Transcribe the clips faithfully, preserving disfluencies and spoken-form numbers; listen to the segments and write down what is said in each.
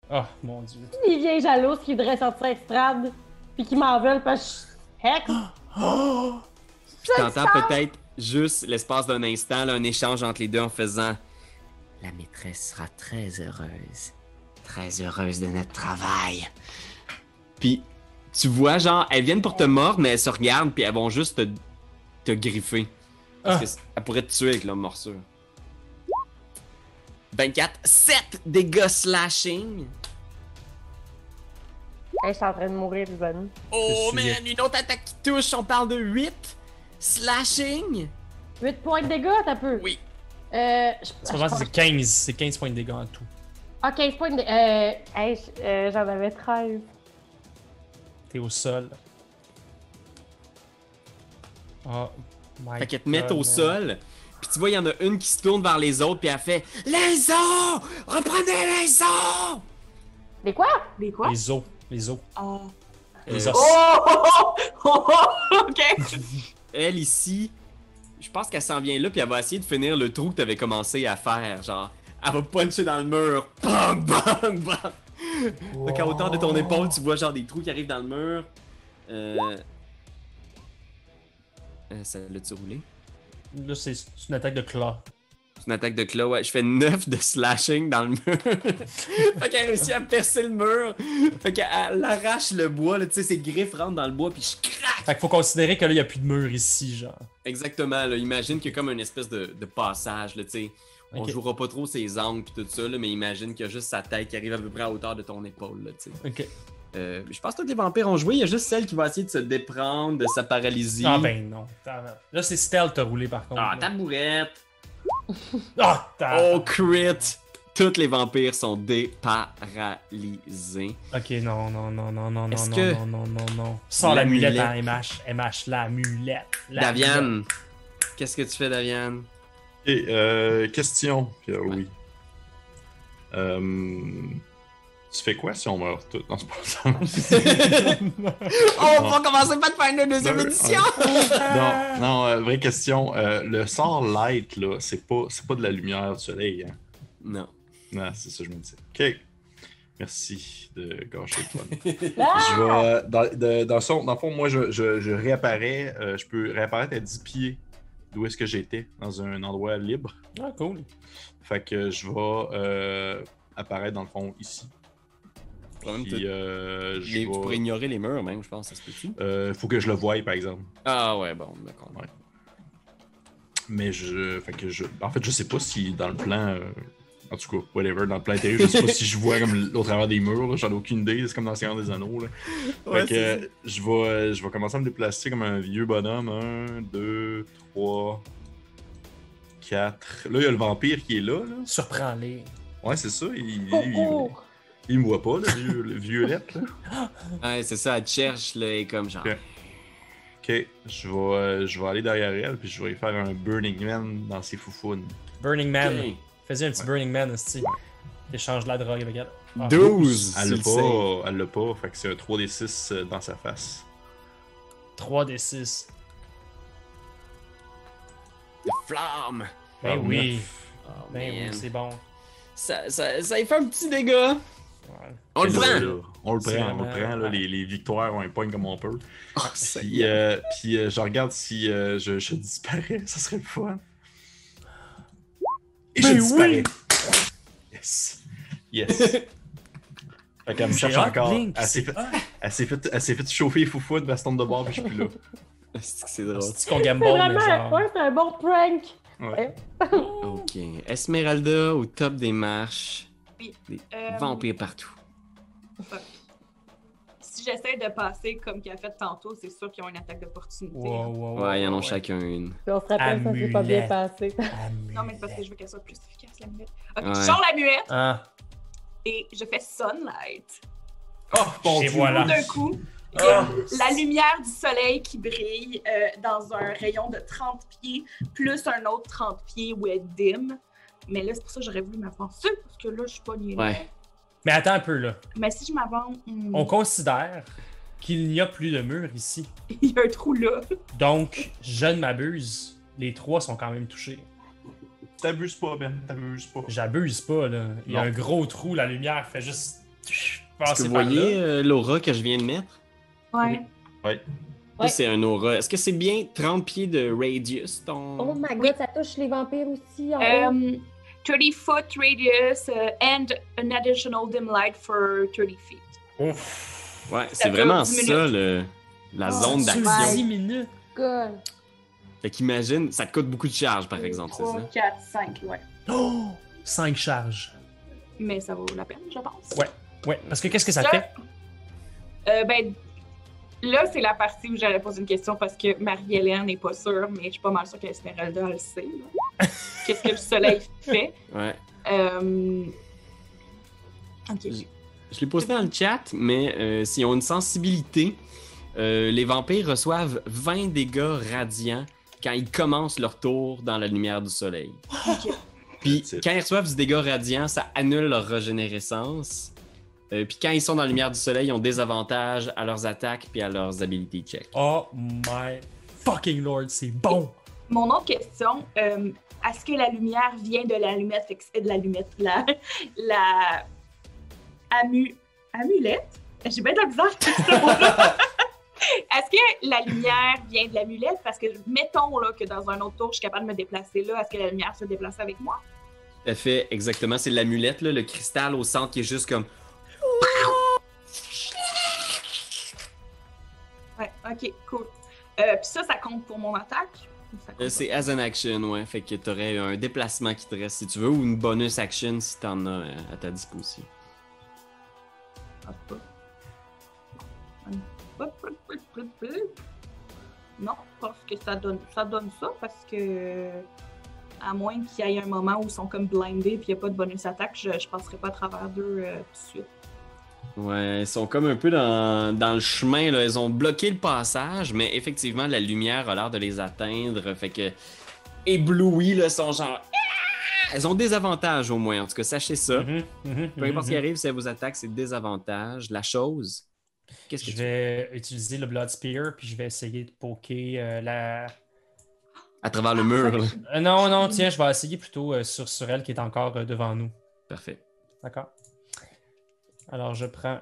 Oh, mon Dieu. Les vieilles jalouses qui voudraient sortir Estrade, puis qui m'en veulent parce que je hex. Oh! Puis Je t'entends le sens. peut-être juste l'espace d'un instant, là, un échange entre les deux en faisant « La maîtresse sera très heureuse. Très heureuse de notre travail. » Puis tu vois, genre, elles viennent pour te mordre, mais elles se regardent, puis elles vont juste te, te griffer. Parce Ah. qu'elles pourraient te tuer avec leur morsure. vingt-quatre, sept dégâts slashing. Hey, je suis en train de mourir, Bonnie. Oh Je suis man, une autre attaque qui touche, on parle de huit slashing. huit points de dégâts, t'as peu. Oui. Euh. Je, C'est pas vrai, c'est quinze. C'est quinze points de dégâts en tout. Ah, quinze points de dégâts. Euh. Hey, je- euh, j'en avais treize. T'es au sol. Oh my Fait qu'elles te mettent God, au man. sol. Puis tu vois, il y en a une qui se tourne vers les autres, puis elle fait « Les os! Reprenez les os! Mais quoi? Les quoi? Les os. Les os. Ah. Les Euh, os. Oh! oh, oh, oh, ok! » Elle, ici, je pense qu'elle s'en vient là, puis elle va essayer de finir le trou que t'avais commencé à faire. Genre, elle va puncher dans le mur. Bang, bang, bang! Donc, à hauteur de ton épaule, tu vois genre des trous qui arrivent dans le mur. Euh... euh, ça l'a-tu roulé? Là, c'est c'est une attaque de claw. C'est une attaque de claw, ouais. Je fais neuf de slashing dans le mur. Fait qu'elle réussit à percer le mur. Fait qu'elle arrache le bois, là, tu sais, ses griffes rentrent dans le bois, puis je craque! Fait qu'il faut considérer que là, il n'y a plus de mur ici, genre. Exactement, là. Imagine qu'il y a comme une espèce de, de passage, là, tu sais. On Ok. jouera pas trop ses angles pis tout ça, là, mais imagine qu'il y a juste sa tête qui arrive à peu près à hauteur de ton épaule, là, tu sais. Ok. Euh, je pense que tous les vampires ont joué, il y a juste celle qui va essayer de se déprendre de sa paralysie. Ah ben non. Tabarnak. Là, c'est stealth t'as roulé par contre. Ah, là. tabourette! Ah, tabarnak. Oh, crit! Tous les vampires sont déparalysés. Ok, non, non, non, non, non, Est-ce non, que- non, non, non, non. Sors l'amulette L'amulette. en M H. M H, l'amulette. Daviane, qu'est-ce que tu fais, Daviane? Ok, euh, question, Pierre-Louis. Euh, tu fais quoi si on meurt tous? Non, c'est pas ça. On va commencer par te faire une deuxième Non, édition! non, non euh, vraie question. Euh, le sort light, là, c'est pas, c'est pas de la lumière du soleil. Hein? Non. Non, c'est ça que je me dis. Ok. Merci de gâcher le fun. Ah! Je vais, dans, de- dans, le son- dans le fond, moi, je, je, je réapparais. euh, je peux réapparaître à dix pieds d'où est-ce que j'étais, dans un endroit libre. Ah, cool. Fait que je vais euh, apparaître, dans le fond, ici. Problème, Puis, tu- euh, je les- Tu pourrais vais... ignorer les murs, même, je pense, ça se peut-tu? euh, faut que je le voie, par exemple. Ah ouais, bon, d'accord. Ouais. Mais je... Fait que je... En fait, je sais pas si dans le plan... euh, En tout cas, whatever, dans le plan intérieur, je sais pas si je vois comme au travers des murs, là, j'en ai aucune idée, c'est comme dans le Seigneur des Anneaux. Là. Ouais, fait que c'est euh, je vais, euh, je vais commencer à me déplacer comme un vieux bonhomme. Un, deux, trois, quatre. Là, il y a le vampire qui est là. là. Surprends-les. Ouais, c'est ça. Il, il, Cours, il, cours. il me voit pas, le, vieux, le violette. Là. Ouais, c'est ça, elle te cherche, là, et comme genre... Ok. Ok, je vais, euh, je vais aller derrière elle, puis je vais lui faire un Burning Man dans ses foufounes. Burning Man. Ok. Fais-y un petit Ouais. Burning Man, esti. Échange la drogue avec elle. Ah. douze! Elle sur l'a le save. pas, elle l'a pas, fait que c'est un trois d six euh, dans sa face. trois d six. De flamme! Ben Ah, oui. neuf. Oh, Ben man. oui, c'est bon. Ça, ça, ça y fait un petit dégât. Ouais. On le Là, prend! là, on le C'est prend, on le vraiment- prend. Là, les, les victoires, on les pogne comme on peut. Oh, ça Puis, y est. euh, puis euh, je regarde si euh, je, je disparais, ça serait le fun. Et je Ben disparais. oui! Yes. Yes. Fait qu'elle me C'est cherche hot, encore. Blink, Elle s'est c'est fait, hot. elle s'est fait, elle s'est fait chauffer les foufounes, puis elle se tourne de bord, puis je suis plus là. C'est que c'est drôle. C'est qu'on C'est gamble, mais vraiment genre. ouais, c'est un bon prank. Ouais. Ok. Esmeralda au top des marches. Oui. Des Euh, vampires partout. Si j'essaie de passer comme qu'il a fait tantôt, c'est sûr qu'ils ont une attaque d'opportunité. Wow, wow, Ouais, ils en ont ouais. chacun une. Puis on se rappelle, ça s'est pas bien Amulette. passé. Non, mais c'est parce que je veux qu'elle soit plus efficace, la muette. Ok, Ouais. je sors la muette Ah, et je fais Sunlight. Oh, bon Et Dieu. voilà. Tout d'un coup, il y Ah. a la lumière du soleil qui brille euh, dans un rayon de trente pieds, plus un autre trente pieds où elle dim. Mais là, c'est pour ça que j'aurais voulu m'avancer, parce que là, je suis pas niée. Ouais. mais attends un peu là. Mais si je m'avance, hmm, On considère qu'il n'y a plus de mur ici. il y a un trou là. Donc, je ne m'abuse. Les trois sont quand même touchés. T'abuses pas, Ben, t'abuses pas. J'abuse pas, là. Il y a Non. un gros trou, la lumière fait juste Je Est-ce que vous voyez euh, l'aura que je viens de mettre? Ouais. Ouais. Ça, Ouais. c'est un aura. Est-ce que c'est bien trente pieds de radius, ton... Oh my god, ça touche les vampires aussi en haut. Um, thirty foot radius uh, and an additional dim light for thirty feet. Ouf. Ouais, Ça c'est dure vraiment dix ça, minutes. le, la Oh, zone sur d'action. dix minutes. God. Fait qu'imagine, ça te coûte beaucoup de charge, par exemple, c'est trois, ça? quatre, cinq, ouais. Oh! cinq charges. Mais ça vaut la peine, je pense. Ouais. Ouais, parce que qu'est-ce que ça Là, fait? Euh, ben, là, c'est la partie où j'allais poser une question parce que Marie-Hélène n'est pas sûre, mais je suis pas mal sûre qu'Esmeralda, elle le sait. là. Qu'est-ce que le soleil fait? Ouais. Euh... Ok. Je l'ai posté dans le chat, mais euh, s'ils ont une sensibilité, euh, les vampires reçoivent vingt dégâts radiants quand ils commencent leur tour dans la lumière du soleil. Ok. Puis That's it. quand ils reçoivent du dégât radiant, ça annule leur régénérescence. Euh, puis quand ils sont dans la lumière du soleil, ils ont des avantages à leurs attaques puis à leurs ability checks. Oh my fucking lord, c'est bon! Mon autre question, euh, est-ce que la lumière vient de l'allumette? Fait que c'est de l'allumette, la... la... Amu... Amulette? J'ai bien de la bizarre avec ce mot-là. Est-ce que la lumière vient de l'amulette? Parce que, mettons là, que dans un autre tour, je suis capable de me déplacer là. Est-ce que la lumière se déplace avec moi? Tout à fait, exactement. C'est l'amulette, là, le cristal au centre qui est juste comme... Ouais, ok, cool. Euh, Puis ça, ça compte pour mon attaque? Ou ça compte Euh, pas? c'est as an action, ouais. Fait que t'aurais un déplacement qui te reste si tu veux, ou une bonus action si t'en as euh, à ta disposition. Ah, c'est pas. Non, parce que ça donne ça, donne ça parce que à moins qu'il y ait un moment où ils sont comme blindés et qu'il n'y a pas de bonus attaque, je, je passerai pas à travers d'eux euh, tout de suite. Ouais, ils sont comme un peu dans, dans le chemin, là. Ils ont bloqué le passage, mais effectivement, la lumière a l'air de les atteindre. Fait que, éblouis, là, sont genre... Ah! Elles ont des avantages, au moins. En tout cas, sachez ça. Mhm, mhm, Peu importe ce qui mhm. arrive, si elles vous attaquent, c'est des avantages. La chose... Qu'est-ce que Je tu vais utiliser le Blood Spear, puis je vais essayer de poker euh, la... À travers le mur, là. Euh, non, non, tiens, je vais essayer plutôt euh, sur, sur elle qui est encore euh, devant nous. Parfait. D'accord? Alors, je prends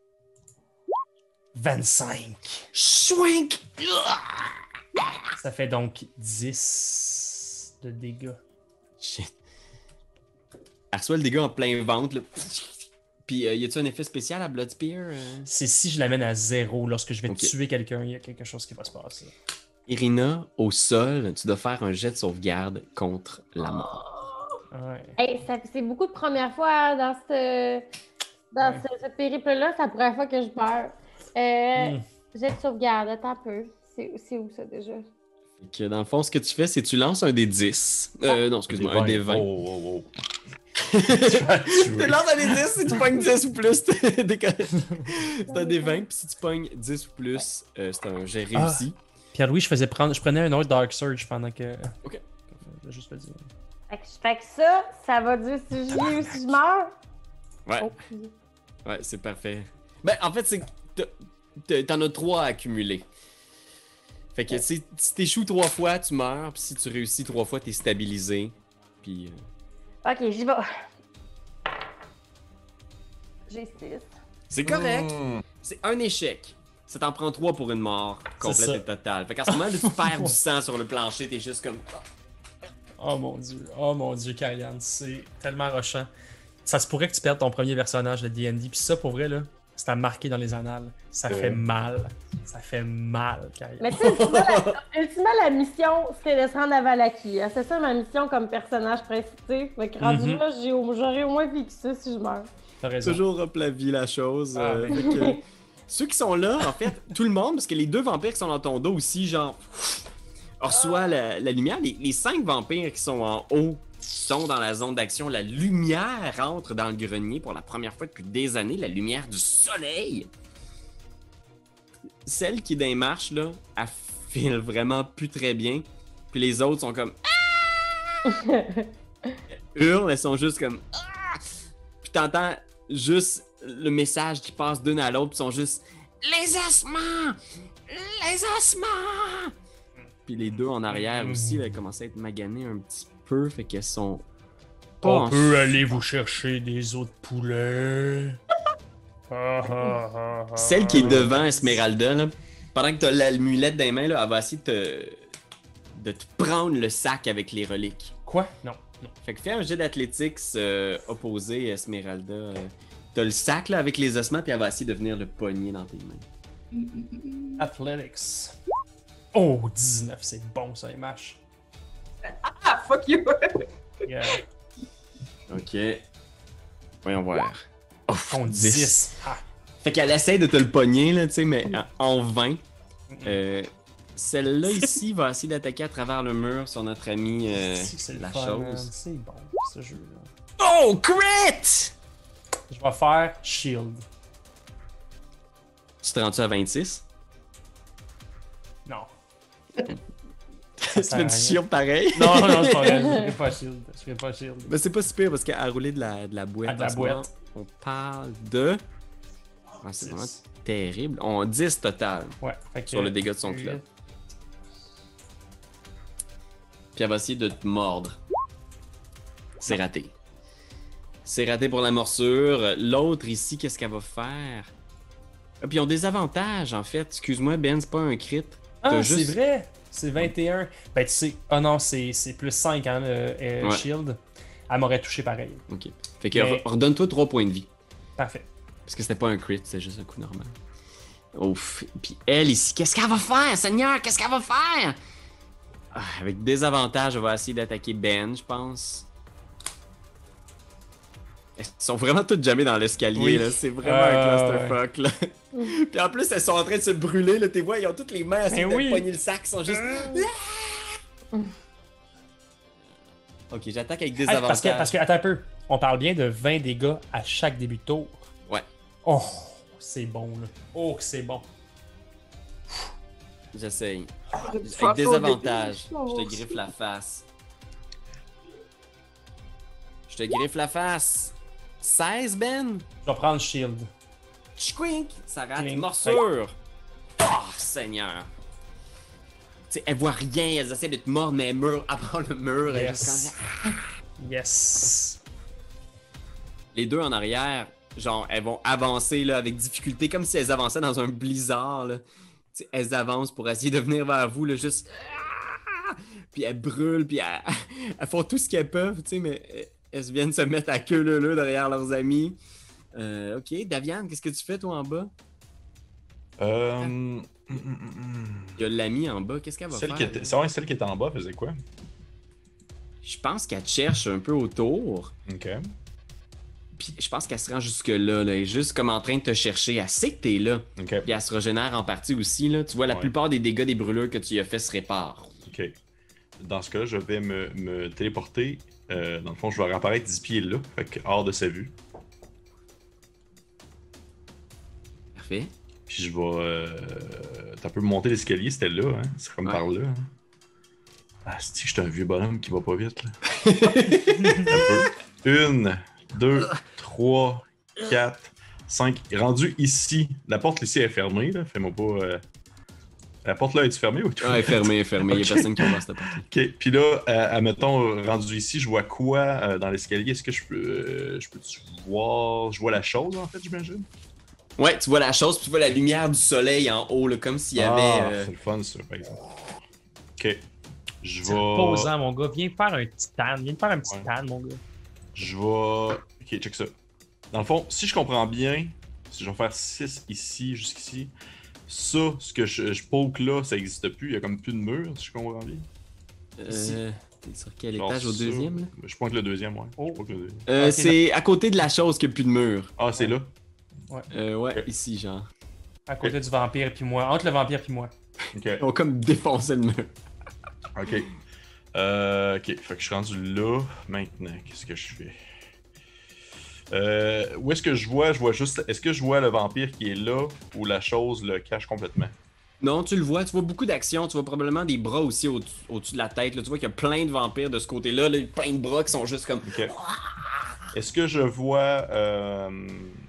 vingt-cinq. Schwink! Ça fait donc dix de dégâts. Shit. Elle reçoit le dégât en plein ventre, là. Puis, euh, y a-tu un effet spécial à Blood Spear? euh? C'est si je l'amène à zéro lorsque je vais Ok. tuer quelqu'un, il y a quelque chose qui va se passer. Irina, au sol, tu dois faire un jet de sauvegarde contre la mort. Ouais. Hey, ça- c'est beaucoup de premières fois dans ce, dans Ouais. ce, ce périple-là. C'est la première fois que je meurs. Euh, Hmm. J'ai de sauvegarde, attends un peu. C'est c'est où ça déjà? Fait que, dans le fond, ce que tu fais, c'est que tu lances un dé dix. Euh, non, excuse-moi, un dé vingt. Oh, oh, oh. Tu lances un dé dix, si tu pognes dix ou plus, t'es décoré. C'est un dé vingt, puis si tu pognes dix ou plus, euh, c'est un jet Ah. réussi. Pierre-Louis, je faisais prendre, je prenais un autre Dark Surge pendant que. Ok. Je vais juste le dire. Fait que, fait que ça, ça va dire si je vis ou si je meurs? Ouais, Oh, puis- ouais, c'est parfait. Ben, en fait, c'est que t'as- t'as- t'en as trois à accumuler. Fait que si, si t'échoues trois fois, tu meurs, puis si tu réussis trois fois, t'es stabilisé. Puis. euh, Ok, j'y vais. J'ai six. C'est correct. Hmm. C'est un échec. Ça t'en prend trois pour une mort complète ça. et totale. Fait qu'à ce moment, là, tu perds du sang sur le plancher, t'es juste comme. Oh mon dieu, oh mon dieu, Karian, c'est tellement rushant. Ça se pourrait que tu perdes ton premier personnage de D and D, puis ça, pour vrai, là, c'est à marquer dans les annales. Ça Ouais. fait mal. Ça fait mal, Karian. Mais tu sais, ultimement, la, ultimement, la mission, c'était de se rendre à Valaki. Hein. C'est ça ma mission comme personnage principal. Fait que rendu Mhm. là, j'ai au- j'aurais au moins vécu ça si je meurs. T'as raison. Toujours up la vie, la chose. Ah, euh, mais- fait que, ceux qui sont là, en fait, tout le monde, parce que les deux vampires qui sont dans ton dos aussi, genre, reçoit la, la lumière. Les, les cinq vampires qui sont en haut sont dans la zone d'action. La lumière rentre dans le grenier pour la première fois depuis des années. La lumière du soleil. Celle qui est dans les marches, là, elle file vraiment plus très bien. Puis les autres sont comme... Ah! Elles hurlent, elles sont juste comme... Ah! Puis t'entends juste le message qui passe d'une à l'autre, puis ils sont juste... Les ossements! Les ossements! Puis les deux en arrière aussi, là, elles commencent à être maganées un petit peu, fait qu'elles sont pas On en peut aller vous chercher des autres poulets. Ah, ah, ah, ah. Celle qui est devant Esmeralda, là, pendant que t'as l'amulette dans les mains, là, elle va essayer de te... de te prendre le sac avec les reliques. Quoi? Non, non. Fait que fais un jet d'athlétiques euh, opposé Esmeralda. Euh, t'as le sac là, avec les ossements, puis elle va essayer de venir le pogner dans tes mains. Athletics. Oh, dix-neuf, c'est bon ça, M H. Ah, fuck you! Yeah. Ok. Voyons voir. Oh, Contre dix. dix. Ah. Fait qu'elle essaie de te le pogner, là, tu sais, mais en, en vain. Euh, Celle-là ici va essayer d'attaquer à travers le mur sur notre ami euh, Si, c'est le la fun, man. chose. C'est bon, ce jeu-là. Oh, crit! Je vais faire Shield. Tu te rends-tu à vingt-six? Non. Tu fais du shield pareil? Non, non, c'est pas vrai. Je ferai pas Shield. Je ferai pas Shield. Mais c'est pas si pire parce qu'elle a roulé de la, de la boîte. Ah, de la en ce boîte. moment. On parle de. Ah, c'est dix. vraiment terrible. On a dix total Ouais. Fait que, sur le dégât de son huit. club. Puis elle va essayer de te mordre. C'est raté. C'est raté pour la morsure. L'autre ici, qu'est-ce qu'elle va faire? Ah, puis ils ont des avantages en fait. Excuse-moi, Ben, c'est pas un crit. Ah, T'as c'est juste- vrai! C'est vingt et un. Ben, tu sais. Ah non, c'est c'est plus cinq, hein, le euh, Ouais. Shield. Elle m'aurait touché pareil. Ok. Fait que Mais- re- redonne-toi trois points de vie. Parfait. Parce que c'était pas un crit, c'était juste un coup normal. Ouf. Puis elle ici, qu'est-ce qu'elle va faire, Seigneur? Qu'est-ce qu'elle va faire? Ah, avec des avantages, elle va essayer d'attaquer Ben, je pense. Elles sont vraiment toutes jamais dans l'escalier, Oui. là. C'est vraiment Euh, un clusterfuck, là. Puis en plus, elles sont en train de se brûler, là. T'es vois, ils ont toutes les mains à essayer Mais de oui. pogner le sac, ils sont juste. Ok, j'attaque avec des Hey, avantages. parce, que, parce que, attends un peu. On parle bien de vingt dégâts à chaque début de tour. Ouais. Oh, c'est bon, là. Oh, que c'est bon. J'essaye. Avec Fuck des au avantages. début. Je te griffe la face. Je te griffe la face. seize, Ben? Je vais prendre Shield. Tchouink! Ça rate. Clink. Morsure! Oh, Seigneur! Tu sais, elles voient rien, elles essaient de te mordre, mais mur, à part le mur, elles Yes. juste comme- Yes. Les deux en arrière, genre, elles vont avancer là, avec difficulté, comme si elles avançaient dans un blizzard. Là. Tu sais, elles avancent pour essayer de venir vers vous, là, juste. Puis elles brûlent, puis elles, elles font tout ce qu'elles peuvent, tu sais, mais elles viennent se mettre à queue leu leu derrière leurs amis. Euh, ok, Daviane, qu'est-ce que tu fais, toi, en bas? Euh. hum, hum, hum, hum. Il y a l'ami en bas, qu'est-ce qu'elle va Celle faire? qui était... C'est vrai, celle qui était en bas faisait quoi? Je pense qu'elle te cherche un peu autour. Ok. Puis je pense qu'elle se rend jusque-là, là. Elle est juste comme en train de te chercher. Elle sait que t'es là. Ok. Puis elle se régénère en partie aussi, là. Tu vois, la Ouais. plupart des dégâts des brûlures que tu y as fait se réparent. Ok. Dans ce cas-là, je vais me, me téléporter. Euh, dans le fond, je vais réapparaître dix pieds là, fait que hors de sa vue. Parfait. Puis je vais. Euh... T'as peu monter l'escalier, c'était là, hein? C'est comme Ouais. par là. Hein? Ah, c'est que j'étais un vieux bonhomme qui va pas vite, là. Un peu. Une, deux, trois, quatre, cinq. Rendu ici. La porte ici est fermée, là. Fais-moi pas. Euh... La porte là est fermée ou tout? Ah, elle est fermée, elle est fermée. Il y a Ok. personne qui ouvre cette porte. Ok, puis là, euh, admettons, rendu ici, je vois quoi euh, dans l'escalier? Est-ce que je peux. Euh, je peux voir. Je vois la chose, en fait, j'imagine? Ouais, tu vois la chose, puis tu vois la lumière du soleil en haut, là, comme s'il y avait. Ah, euh, c'est le fun, ça, par exemple. Ok. Je C'est vais. reposant, mon gars. Viens faire un petit tan. Viens faire un petit Ouais. tan, mon gars. Je vais. Ok, check ça. Dans le fond, si je comprends bien, si je vais faire six ici, jusqu'ici, ça, ce que je, je poke là, ça n'existe plus. Il y a comme plus de mur, si je comprends bien. euh, T'es sur quel Genre étage au ça. deuxième, là? Je pointe le deuxième, ouais. Oh. Je poke le deuxième. Euh, Ok, c'est à côté de la chose qu'il n'y a plus de mur. Ah, c'est là? Euh, ouais, Ok. ici, genre. À côté du vampire puis moi. Entre le vampire puis moi. Ok. Ils ont comme défoncé le mur. Ok. Euh, ok, fait que je suis rendu là. Maintenant, qu'est-ce que je fais? Euh, où est-ce que je vois? Je vois juste. Est-ce que je vois le vampire qui est là ou la chose le cache complètement? Non, tu le vois, tu vois beaucoup d'actions, tu vois probablement des bras aussi au- au-dessus de la tête. Là. Tu vois qu'il y a plein de vampires de ce côté-là, là, plein de bras qui sont juste comme. Ok. Est-ce que je vois. Euh,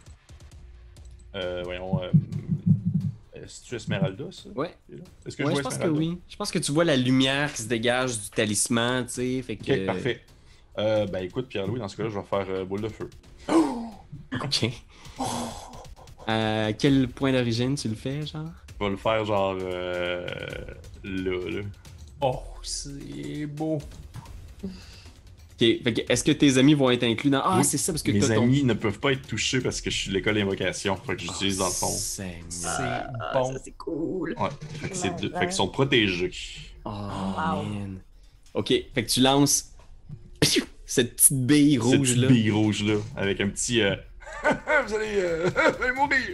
euh, voyons. Euh, est-ce que Esmeralda, ça? Ouais, Est-ce que ouais je je vois pense que Esmeralda? oui. Je pense que tu vois la lumière qui se dégage du talisman, tu sais. Fait que. Ok, parfait. Euh, ben écoute, Pierre-Louis, dans ce cas-là, je vais faire euh, boule de feu. Ok. À quel point d'origine tu le fais, genre? Je vais le faire genre euh, là, là. Oh, c'est beau. Ok, fait que est-ce que tes amis vont être inclus dans. Ah, Oui, c'est ça, parce que Mes t'as ton. amis ne peuvent pas être touchés parce que je suis l'école d'invocation. Fait que j'utilise dans le fond. Seigneur. C'est Ah, bon. ça, c'est cool. Ouais. Fait que c'est Ouais, deux. ouais. Fait qu'ils sont protégés. Oh, Wow. man. Ok, fait que tu lances cette petite bille Cette rouge petite là. bille rouge là. Avec un petit. euh, vous, allez, euh, vous allez mourir!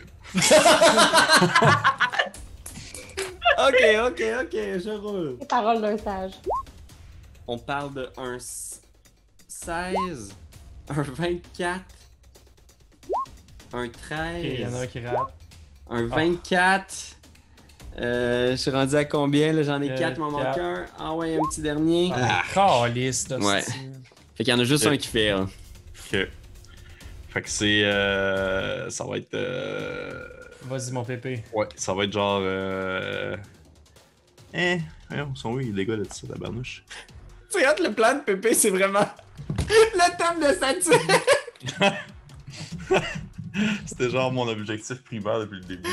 Ok, ok, ok, je roule. Les paroles d'un sage. On parle de un s- seize, un vingt-quatre, un Ok, treize, il y en a un qui rate. un vingt-quatre. Euh, je suis rendu à combien là? J'en ai Euh, quatre, m'en manque quatre. un. Ah ouais, un petit dernier. Ah, calice de Ouais. style. Fait qu'il y en a juste Ok. un qui fait. Hein. Ok. Fait que c'est. Euh, ça va être. Euh, Vas-y, mon pépé. ouais, ça va être genre. Euh, eh, voyons, ils sont où les dégâts de ça, la barnouche? Tu regardes le plan de Pépé, c'est vraiment le thème de Saturne. C'était genre mon objectif primaire depuis le début.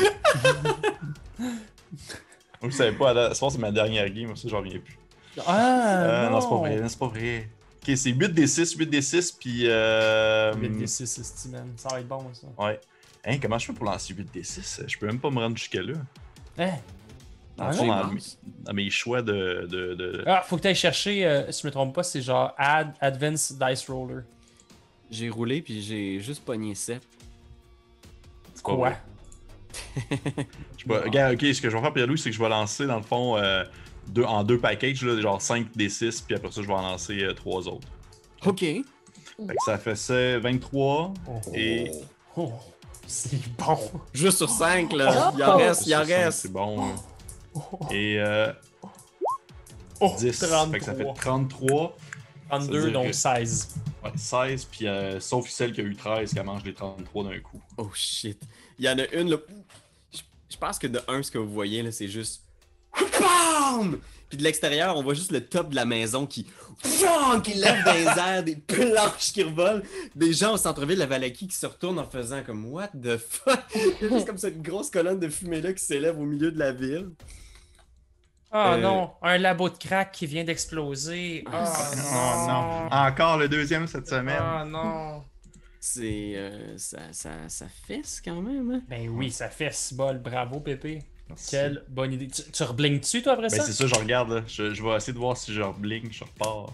Vous savez pas, à la- je pense que c'est ma dernière game, ça j'en reviens plus. Ah, Euh, non, c'est pas vrai, non, c'est pas vrai. Ok, c'est huit des six, huit des six, puis. Euh... huit des six, c'est man. Ça va être bon, ça. Ouais. Hein, comment je fais pour lancer huit des six? Je peux même pas me rendre jusqu'à là. Hein? Dans, Ah le fond, non? dans, mes- dans mes choix de. de, de... Ah, faut que tu ailles chercher, euh, si je me trompe pas, c'est genre Add Advanced Dice Roller. J'ai roulé puis j'ai juste pogné sept. C'est pas Quoi? vrai. Je vais- Regarde, ok, ce que je vais faire, Pierre-Louis, c'est que je vais lancer dans le fond euh, deux, en deux packages, là, genre cinq des six, puis après ça, je vais en lancer euh, trois autres. Ok. Fait que ça fait ça vingt-trois Oh. et. Oh, c'est bon. Juste sur cinq là. Oh! Il en reste, il en Ça, c'est- reste. C'est bon. là. Et euh, Oh, dix. Fait que ça fait trente-trois. trente-deux, c'est-à-dire donc que- seize. Ouais, seize, puis euh, sauf celle qui a eu treize, qui mange les trente-trois d'un coup. Oh shit. Il y en a une là. Je, je pense que de un, ce que vous voyez là, c'est juste. BAM! Puis de l'extérieur, on voit juste le top de la maison qui. qui lève dans les airs, des planches qui revolent, des gens au centre-ville de Valaki qui se retournent en faisant comme What the fuck? Il y a juste comme cette grosse colonne de fumée là qui s'élève au milieu de la ville. Ah Euh, non, un labo de crack qui vient d'exploser. Ah Oh non! Encore le deuxième cette semaine. Ah non. C'est. euh, ça, ça, ça fesse quand même, hein? Ben oui, ça fait ce bol. Bravo, Pépé. Merci. Quelle bonne idée. Tu, tu reblingues-tu, toi, après Ben ça? c'est ça, je regarde là. Je, je vais essayer de voir si je rebligne, je repars.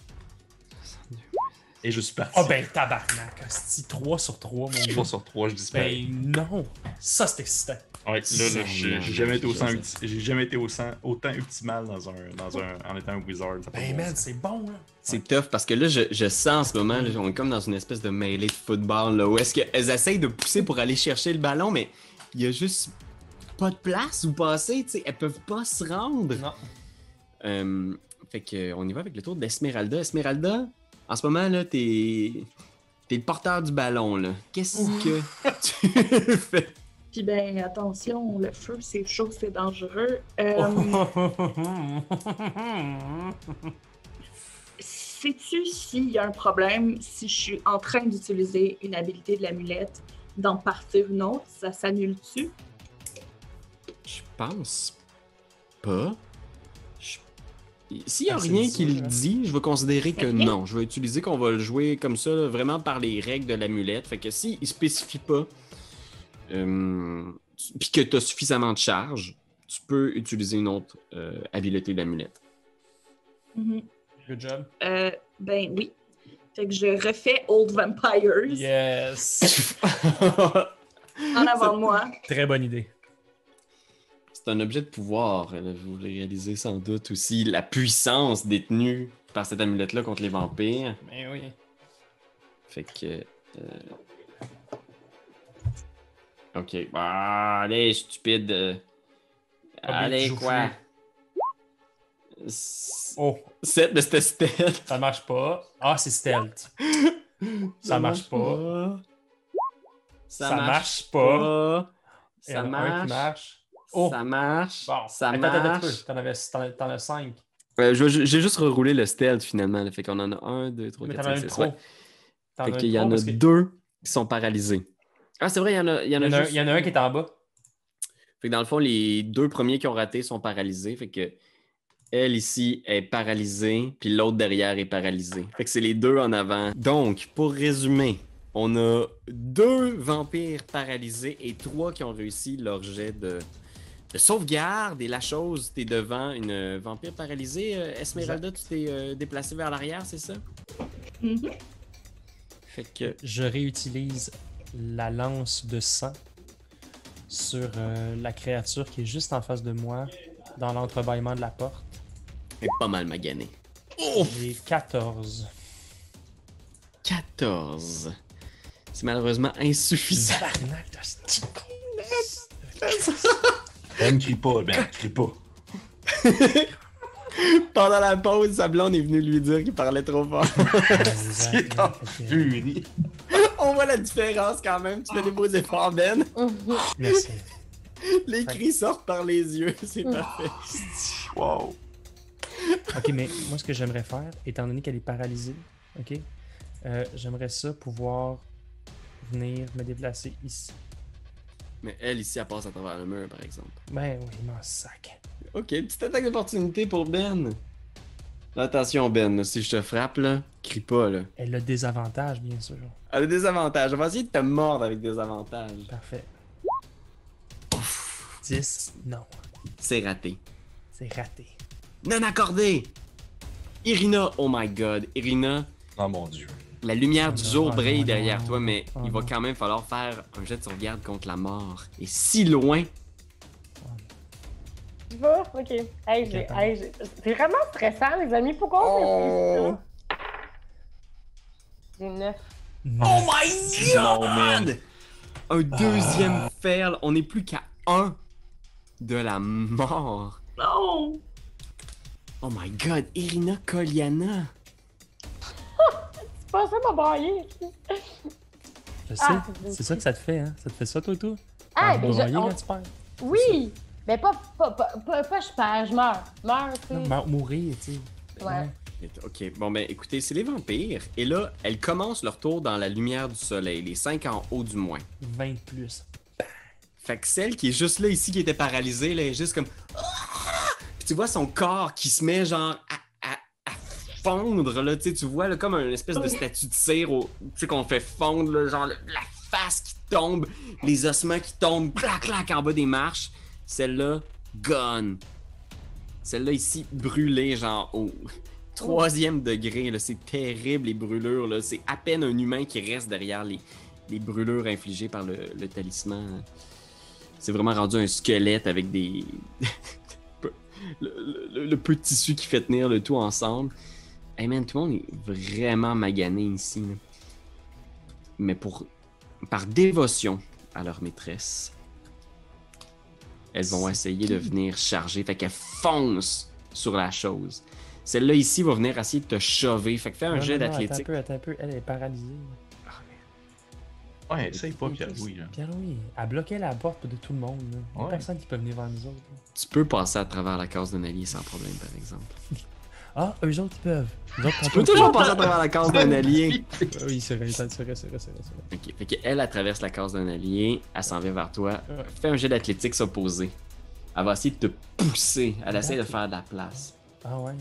Et je suis parti. Ah ben tabarnak, hostie, trois sur trois, mon gars. trois sur trois, je disparais. Ben non. Ça, c'est excitant. Ouais, là, là, Seigneur, j'ai j'ai jamais été autant, je ulti- j'ai jamais été autant, autant optimal dans un, dans un, en étant un wizard. Ça a pas de Ben bon man, sens. c'est bon, là. C'est tough parce que là, je, je sens en ce moment, là, on est comme dans une espèce de mêlée de football, là, où est-ce qu'elles essayent de pousser pour aller chercher le ballon, mais il y a juste pas de place où passer, tu sais, elles peuvent pas se rendre. Non. Euh, fait que, on y va avec le tour d'Esmeralda. Esmeralda, en ce moment, là, t'es. T'es le porteur du ballon, là. Qu'est-ce que tu fais? Puis ben, attention, le feu, c'est chaud, c'est dangereux. Euh, Sais-tu s'il y a un problème si je suis en train d'utiliser une habilité de l'amulette, d'en partir une autre? Ça s'annule-tu? Je pense pas. Je- S'il y a Ah, c'est rien dur, qui le hein. dit, je vais considérer que Ok. non. Je vais utiliser qu'on va le jouer comme ça, là, vraiment par les règles de l'amulette. Fait que s'il ne spécifie pas, euh, puis que tu as suffisamment de charge, tu peux utiliser une autre euh, habileté de l'amulette. Mhm. Good job. Euh, ben oui. Fait que je refais Old Vampires Yes. en avant de moi. Très bonne idée. C'est un objet de pouvoir. euh, Vous le réalisez sans doute aussi la puissance détenue par cette amulette-là contre les vampires. Ben oui. Fait que. euh, Ok. Ah, allez, stupide. euh, Ah, ben, Allez, tu joues quoi? flou. S- Oh, sept de cette stealth. ça marche pas. Ah, c'est stealth. Ça marche pas. Ça, Ça marche marche pas. Il y Ça en a un marche. qui marche. Oh. Ça marche. Bon, Ça attends, attends, marche. attends, t'en avais, t'en, t'en as cinq. Euh, je- je- J'ai juste reroulé le stealth finalement. là. Fait qu'on en a un, deux, trois, Mais quatre, t'en as cinq, un six. trop. Ouais. T'en Fait as un qu'il y en trop a parce que- deux qui sont paralysés. Ah, c'est vrai, il y en a, il y en Il a, y en a, un- juste... il y en a un qui est en bas. Fait que dans le fond, les deux premiers qui ont raté sont paralysés. Fait que elle ici est paralysée, puis l'autre derrière est paralysée. Fait que c'est les deux en avant. Donc, pour résumer, on a deux vampires paralysés et trois qui ont réussi leur jet de, de sauvegarde. Et la chose, t'es devant une vampire paralysée. Euh, Esmeralda, tu t'es euh, déplacé vers l'arrière, c'est ça? Mhm. Fait que... Je réutilise la lance de sang sur euh, la créature qui est juste en face de moi, dans l'entrebâillement de la porte. Elle est pas mal maganée. J'ai quatorze. quatorze. C'est malheureusement insuffisant. Tabarnak de sti- Ben, crie pas, Ben, crie pas. Pendant la pause, sa blonde est venue lui dire qu'il parlait trop fort. C'est en furie. On voit la différence quand même. Tu fais des beaux efforts, Ben. Merci. Les cris sortent par les yeux. C'est parfait. Wow. Ok, mais moi, ce que j'aimerais faire, étant donné qu'elle est paralysée, ok, euh, j'aimerais ça pouvoir venir me déplacer ici. Mais elle, ici, elle passe à travers le mur, par exemple. Ben oui, il m'en sac. Ok, petite attaque d'opportunité pour Ben. Attention, Ben, là, si je te frappe, là, crie pas, là. Elle a des avantages, bien sûr. Elle a des avantages. On va essayer de te mordre avec des avantages. Parfait. dix, non. C'est raté. C'est raté. Non accordé! Irina, oh my god. Irina, Oh mon dieu. la lumière du jour Oh brille non, derrière non, toi, mais oh il va non. quand même falloir faire un jet de sauvegarde contre la mort. Et si loin, Tu vas? Ok. Hey, j'ai, Capable. hey, j'ai- c'est vraiment stressant, les amis. Pourquoi on Oh. fait ça? J'ai neuf. oh my Non, god! man. Un deuxième fail. On n'est plus qu'à un de la mort. Non! Oh my god, Irina Koliana. C'est pas ça, m'a braillé. Je sais, Ah, c'est ça que ça te fait, hein? Ça te fait ça, toi, toi? Ah, T'as ben, je- broyé on- quand tu perds. Oui! Mais pas, pas, pas, pas, pas je perds, je meurs. Meurs, tu sais. Non, mourir, tu sais. Ouais. Ok, bon ben écoutez, c'est les vampires. Et là, elles commencent leur tour dans la lumière du soleil, les cinq en haut du moins. vingt de plus. Fait que celle qui est juste là ici, qui était paralysée, là, est juste comme... Puis tu vois son corps qui se met genre à, à, à fondre, là, tu sais, tu vois là, comme une espèce de statue de cire, au- tu sais, qu'on fait fondre, là, genre le- la face qui tombe, les ossements qui tombent, clac, clac, en bas des marches. Celle-là, gone. Celle-là ici, brûlée, genre au troisième degré, là, c'est terrible les brûlures, là. C'est à peine un humain qui reste derrière les, les brûlures infligées par le, le talisman. C'est vraiment rendu un squelette avec des... le, le- le peu de tissu qui fait tenir le tout ensemble. Hey man, tout le monde est vraiment magané ici, là. Mais pour... par dévotion à leur maîtresse, elles vont essayer de venir charger. Fait qu'elles foncent sur la chose. Celle-là ici va venir essayer de te chover. Fait que fais un Non, jet non, non, d'athlétique. Attends un peu, attends un peu. Elle est paralysée. Ouais, essaye pas, Pierre-Louis, là. Pierre-Louis, elle bloquait la porte de tout le monde. là. Il y a Ouais. personne qui peut venir vers nous autres. là. Tu peux passer à travers la case d'un allié sans problème, par exemple. Ah, eux autres, ils peuvent. Nous autres, Tu peux toujours passer à travers la case d'un allié. Ah oui, c'est vrai, c'est vrai, c'est vrai, c'est vrai, c'est vrai. Ok, fait qu'elle, elle traverse la case d'un allié, elle s'en vient vers toi. Ouais. Fais un jet d'athlétique s'opposer. Elle va essayer de te pousser. Elle essaie de faire de la place. Ah ouais.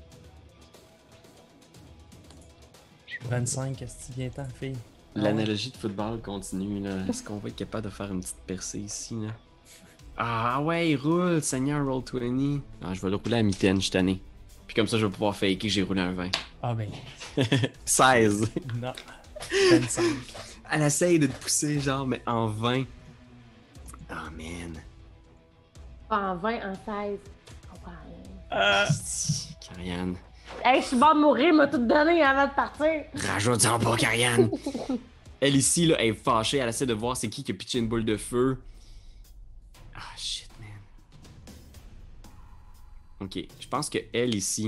vingt-cinq, est-ce que tu viens temps, fille? Ah ouais. L'analogie de football continue, là. Est-ce qu'on va être capable de faire une petite percée ici, là? Ah ouais, il roule, Seigneur Roll vingt. Ah, je vais le rouler à mitaine, je suis tanné. Puis comme ça, je vais pouvoir faker que j'ai roulé un vingt. Ah ben, seize. non. vingt-cinq. Elle essaye de te pousser, genre, mais en vingt. Ah, man. En vingt, en seize. Oh, ouais. Ah. Karianne. Hey, je suis bon de mourir, m'a tout donné avant de partir. Rajoute-en pas, Karianne. Elle ici, là, elle est fâchée. Elle essaie de voir c'est qui qui a pitché une boule de feu. Ah, shit, man. Ok, je pense que elle ici,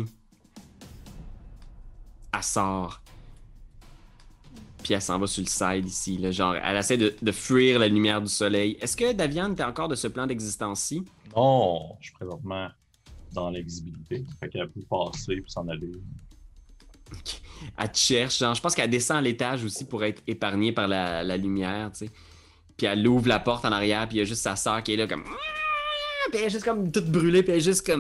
elle sort. Puis elle s'en va sur le side ici. Là, genre, elle essaie de, de fuir la lumière du soleil. Est-ce que Daviane, t'es encore de ce plan d'existence-ci? Non, je suis présentement dans l'invisibilité. Fait qu'elle peut passer puis s'en aller. Elle te cherche. Genre, je pense qu'elle descend à l'étage aussi pour être épargnée par la, la lumière, tu sais. puis elle ouvre la porte en arrière, puis il y a juste sa sœur qui est là comme... Puis elle est juste comme toute brûlée, puis elle est juste comme...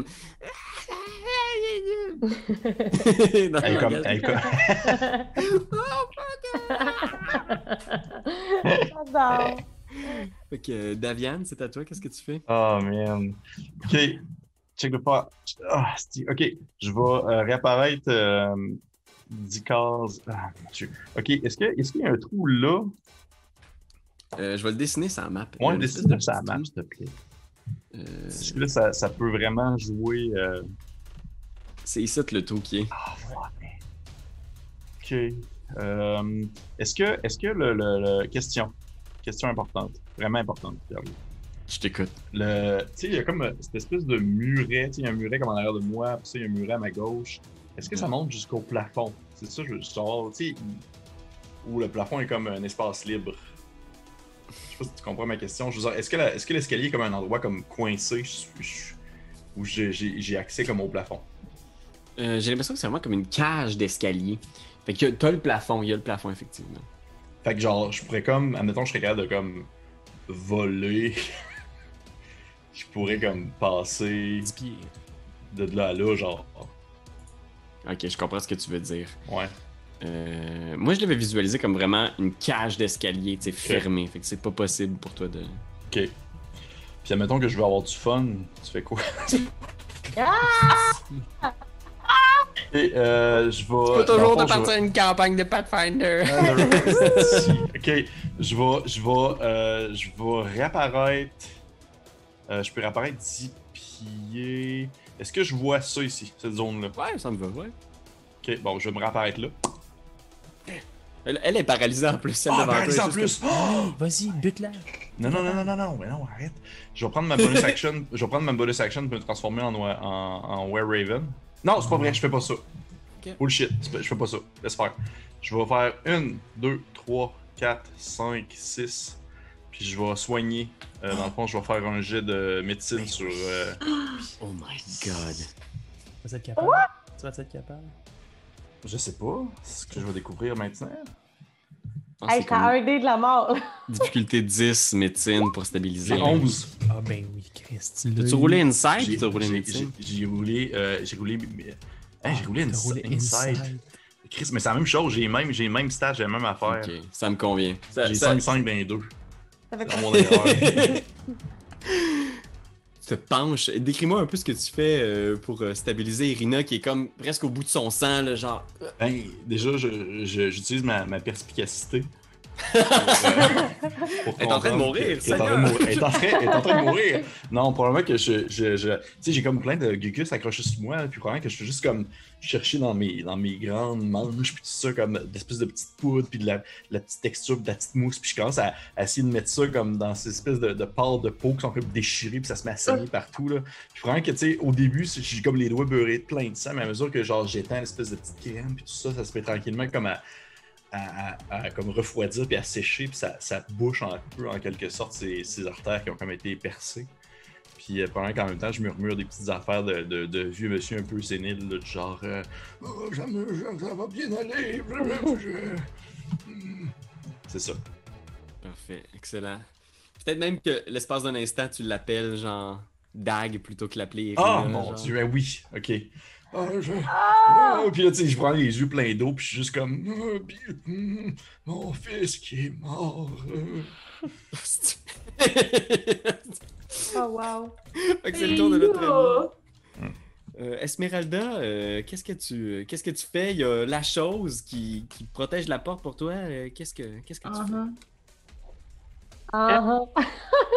Dans Elle est le comme. langage. Elle est comme... J'adore. Fait que, euh, Daviane, c'est à toi, qu'est-ce que tu fais? Oh man. Ok. Check le pas. Ah, c'est- ok. Je vais euh, réapparaître euh, dix cases. Ah mon dieu. Ok. Est-ce que est-ce qu'il y a un trou là? Euh, je vais le dessiner sur la map. Ouais, Une dessine espèce de ça à la petit map, trou. s'il te plaît. Euh, Parce que là, ça, ça peut vraiment jouer. euh, c'est ici le trou qui est. Ah, ouais. Ok. Euh, est-ce que, est-ce que le, le- le- question, question importante, vraiment importante, Pierre. Je t'écoute. Le, tu sais, il y a comme euh, cette espèce de muret, tu sais, il y a un muret comme en arrière de moi, puis ça, il y a un muret à ma gauche. Est-ce que ça monte jusqu'au plafond? C'est ça, je veux savoir, tu sais, où le plafond est comme un espace libre. Je sais pas si tu comprends ma question. Je veux dire, est-ce que, la- est-ce que l'escalier est comme un endroit comme coincé, je- je- où j'ai, j'ai- j'ai accès comme au plafond? Euh, j'ai l'impression que c'est vraiment comme une cage d'escalier. Fait que t'as le plafond, il y a le plafond, effectivement. Fait que genre, je pourrais comme, admettons, je serais capable de comme voler. Je pourrais comme passer dix pieds. de là à là, genre. Ok, je comprends ce que tu veux dire. Ouais. Euh, moi, je l'avais visualisé comme vraiment une cage d'escalier, tu sais, fermée. Fait que c'est pas possible pour toi de... Ok. Puis admettons que je veux avoir du fun, tu fais quoi? Et euh, je vais. Tu peux toujours dans te le fond, je partir vais- une campagne de Pathfinder. Ok, je vais, je vais, euh, je vais réapparaître. Euh, je peux réapparaître dix pieds. Est-ce que je vois ça ici, cette zone-là? Ouais, ça me va, ouais. Ok, bon, je vais me réapparaître là. Elle, elle est paralysée en plus, celle Ah, devant toi, paralysé en elle est juste plus! Oh, vas-y, bute-la. Non, non, non, non, non, non, mais non, arrête. Je vais prendre ma bonus action. Je vais prendre ma bonus action pour me transformer en, en, en Were Raven. Non, c'est pas vrai, je fais pas ça. Bullshit, c'est pas- je fais pas ça. Laisse faire. Je vais faire une, deux, trois, quatre, cinq, six. Puis je vais soigner. Euh, dans le fond, je vais faire un jet de médecine sur. euh, Oh my god. Tu vas être capable. Tu vas être capable. Je sais pas. C'est ce que je vais découvrir maintenant. Ah, Hey, c'est t'as comme un dé de la mort. difficulté dix, médecine pour stabiliser. J'ai onze. Ah ben oui, Christ. T'as-tu roulé Inside J'ai ou t'as roulé j'ai- médecine? j'ai- j'ai roulé. euh, j'ai roulé. Hey, j'ai roulé, T'as ins- roulé inside. inside. Chris, mais c'est la même chose. J'ai même, j'ai le même stat, j'ai la même affaire. Ok, ça me convient. Ça, J'ai ça- cinq cinq dans les deux. Ça fait C'est mon erreur. Tu te penches. Décris-moi un peu ce que tu fais euh, pour euh, stabiliser Irina qui est comme presque au bout de son sang, là, genre. Ben, déjà, je- je- j'utilise ma, ma perspicacité. Pour, euh, pour Elle est en train de comprendre mourir, que- qu'elle est en train de mourir. Elle est en train- elle est en train de mourir. Non, probablement que je. je, je tu sais, j'ai comme plein de gugus accrochés sur moi, puis probablement que je fais juste comme chercher dans mes, dans mes grandes manches, puis tout ça, comme d'espèces de petites poudres, puis de la, de la petite texture, puis de la petite mousse, puis je commence à, à essayer de mettre ça comme dans ces espèces de, de pâtes de peau qui sont comme déchirées, puis ça se met à saigner partout, là. Puis probablement que, tu sais, au début, c'est- j'ai comme les doigts beurrés de plein de sang, mais à mesure que, genre, j'étends l'espèce de petite crème, puis tout ça, ça se met tranquillement comme à. À, à- à comme refroidir puis à sécher, puis ça, ça bouche un peu en quelque sorte ces, ces artères qui ont comme été percées. Puis euh, pendant qu'en même temps, je murmure des petites affaires de, de, de vieux monsieur un peu sénile, là, du genre euh, oh, ça, me- ça- ça va bien aller. je- Hmm. C'est ça. Parfait, excellent. Peut-être même que l'espace d'un instant, tu l'appelles genre Dag plutôt que l'appeler Irina. Ah mon genre. dieu, ah oui, ok. Ah, je... Ah! Ah, puis là, tu sais, je prends les yeux pleins d'eau, puis je suis juste comme Ah, puis, hmm, mon fils qui est mort. euh. Oh, wow. Fait que c'est le tour de notre Oh! ami. Euh, Esmeralda, euh, qu'est-ce que tu qu'est-ce que tu fais? Il y a la chose qui, qui protège la porte pour toi. Euh, qu'est-ce que qu'est-ce que tu Uh-huh. Ah, ah.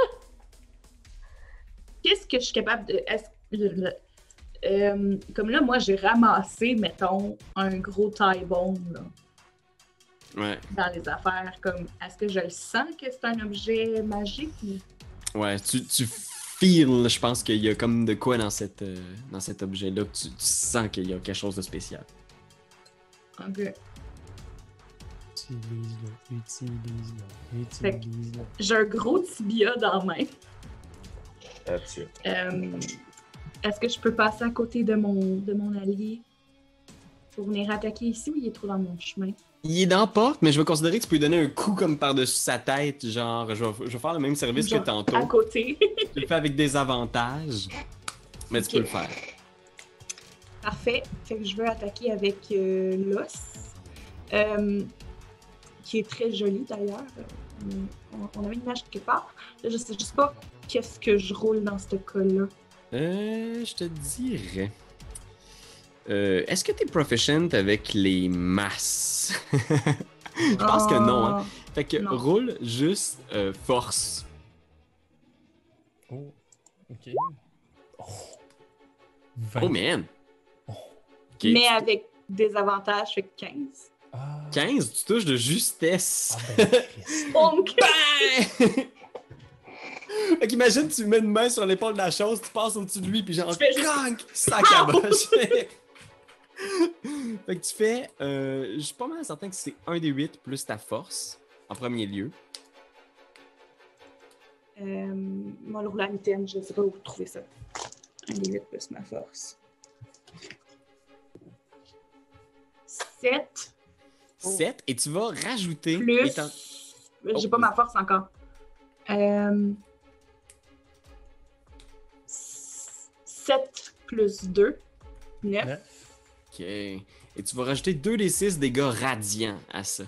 Qu'est-ce que je suis capable de. est-ce- le- le- euh, comme là, moi, j'ai ramassé, mettons, un gros taille bombe là, fais? Ouais. dans les affaires. Comme, est-ce que je le sens que c'est un objet magique ou. Ouais, tu, tu feels, je pense qu'il y a comme de quoi dans, cette, euh, dans cet objet-là que tu, tu sens qu'il y a quelque chose de spécial. Ok. Utilise-le, utilise-le, Fait que- utilise-le. J'ai un gros tibia dans la main. That's it. Euh, est-ce que je peux passer à côté de mon, de mon allié pour venir attaquer ici ou il est trop dans mon chemin? Il est dans la porte, mais je vais considérer que tu peux lui donner un coup comme par-dessus sa tête. Genre, je vais, je vais faire le même service Genre, que tantôt. À côté. Tu le fais avec des avantages. Mais tu Ok. peux le faire. Parfait. Fait que je veux attaquer avec euh, l'os. Euh, qui est très joli d'ailleurs. Euh, On, on avait une image quelque part. Là, je sais juste pas qu'est-ce que je roule dans ce cas-là. Euh, je te dirais. Euh, Est-ce que tu es proficient avec les masses? Je pense que non, hein. Fait que Non. roule juste euh, force. Oh, ok. Oh. vingt. Oh man! Oh. Ok, Mais tu- avec des avantages, fait que quinze. Ah. quinze, tu touches de justesse. Ah ben, Christ. Donc, Bang! Fait qu'imagine, tu mets une main sur l'épaule de la chose, tu passes au-dessus de lui, puis genre, Je fais juste- clank, sac à boche. Fait que tu fais, euh, je suis pas mal certain que c'est un des huit plus ta force, en premier lieu. euh, moi, le rouler à mitaine, je sais pas où trouver ça. Un des huit plus ma force. sept sept, et tu vas rajouter... plus. étant- J'ai Oh. pas ma force encore. Euh... sept plus deux. neuf. Neuf. Ok. Et tu vas rajouter deux des six dégâts radiants à ça.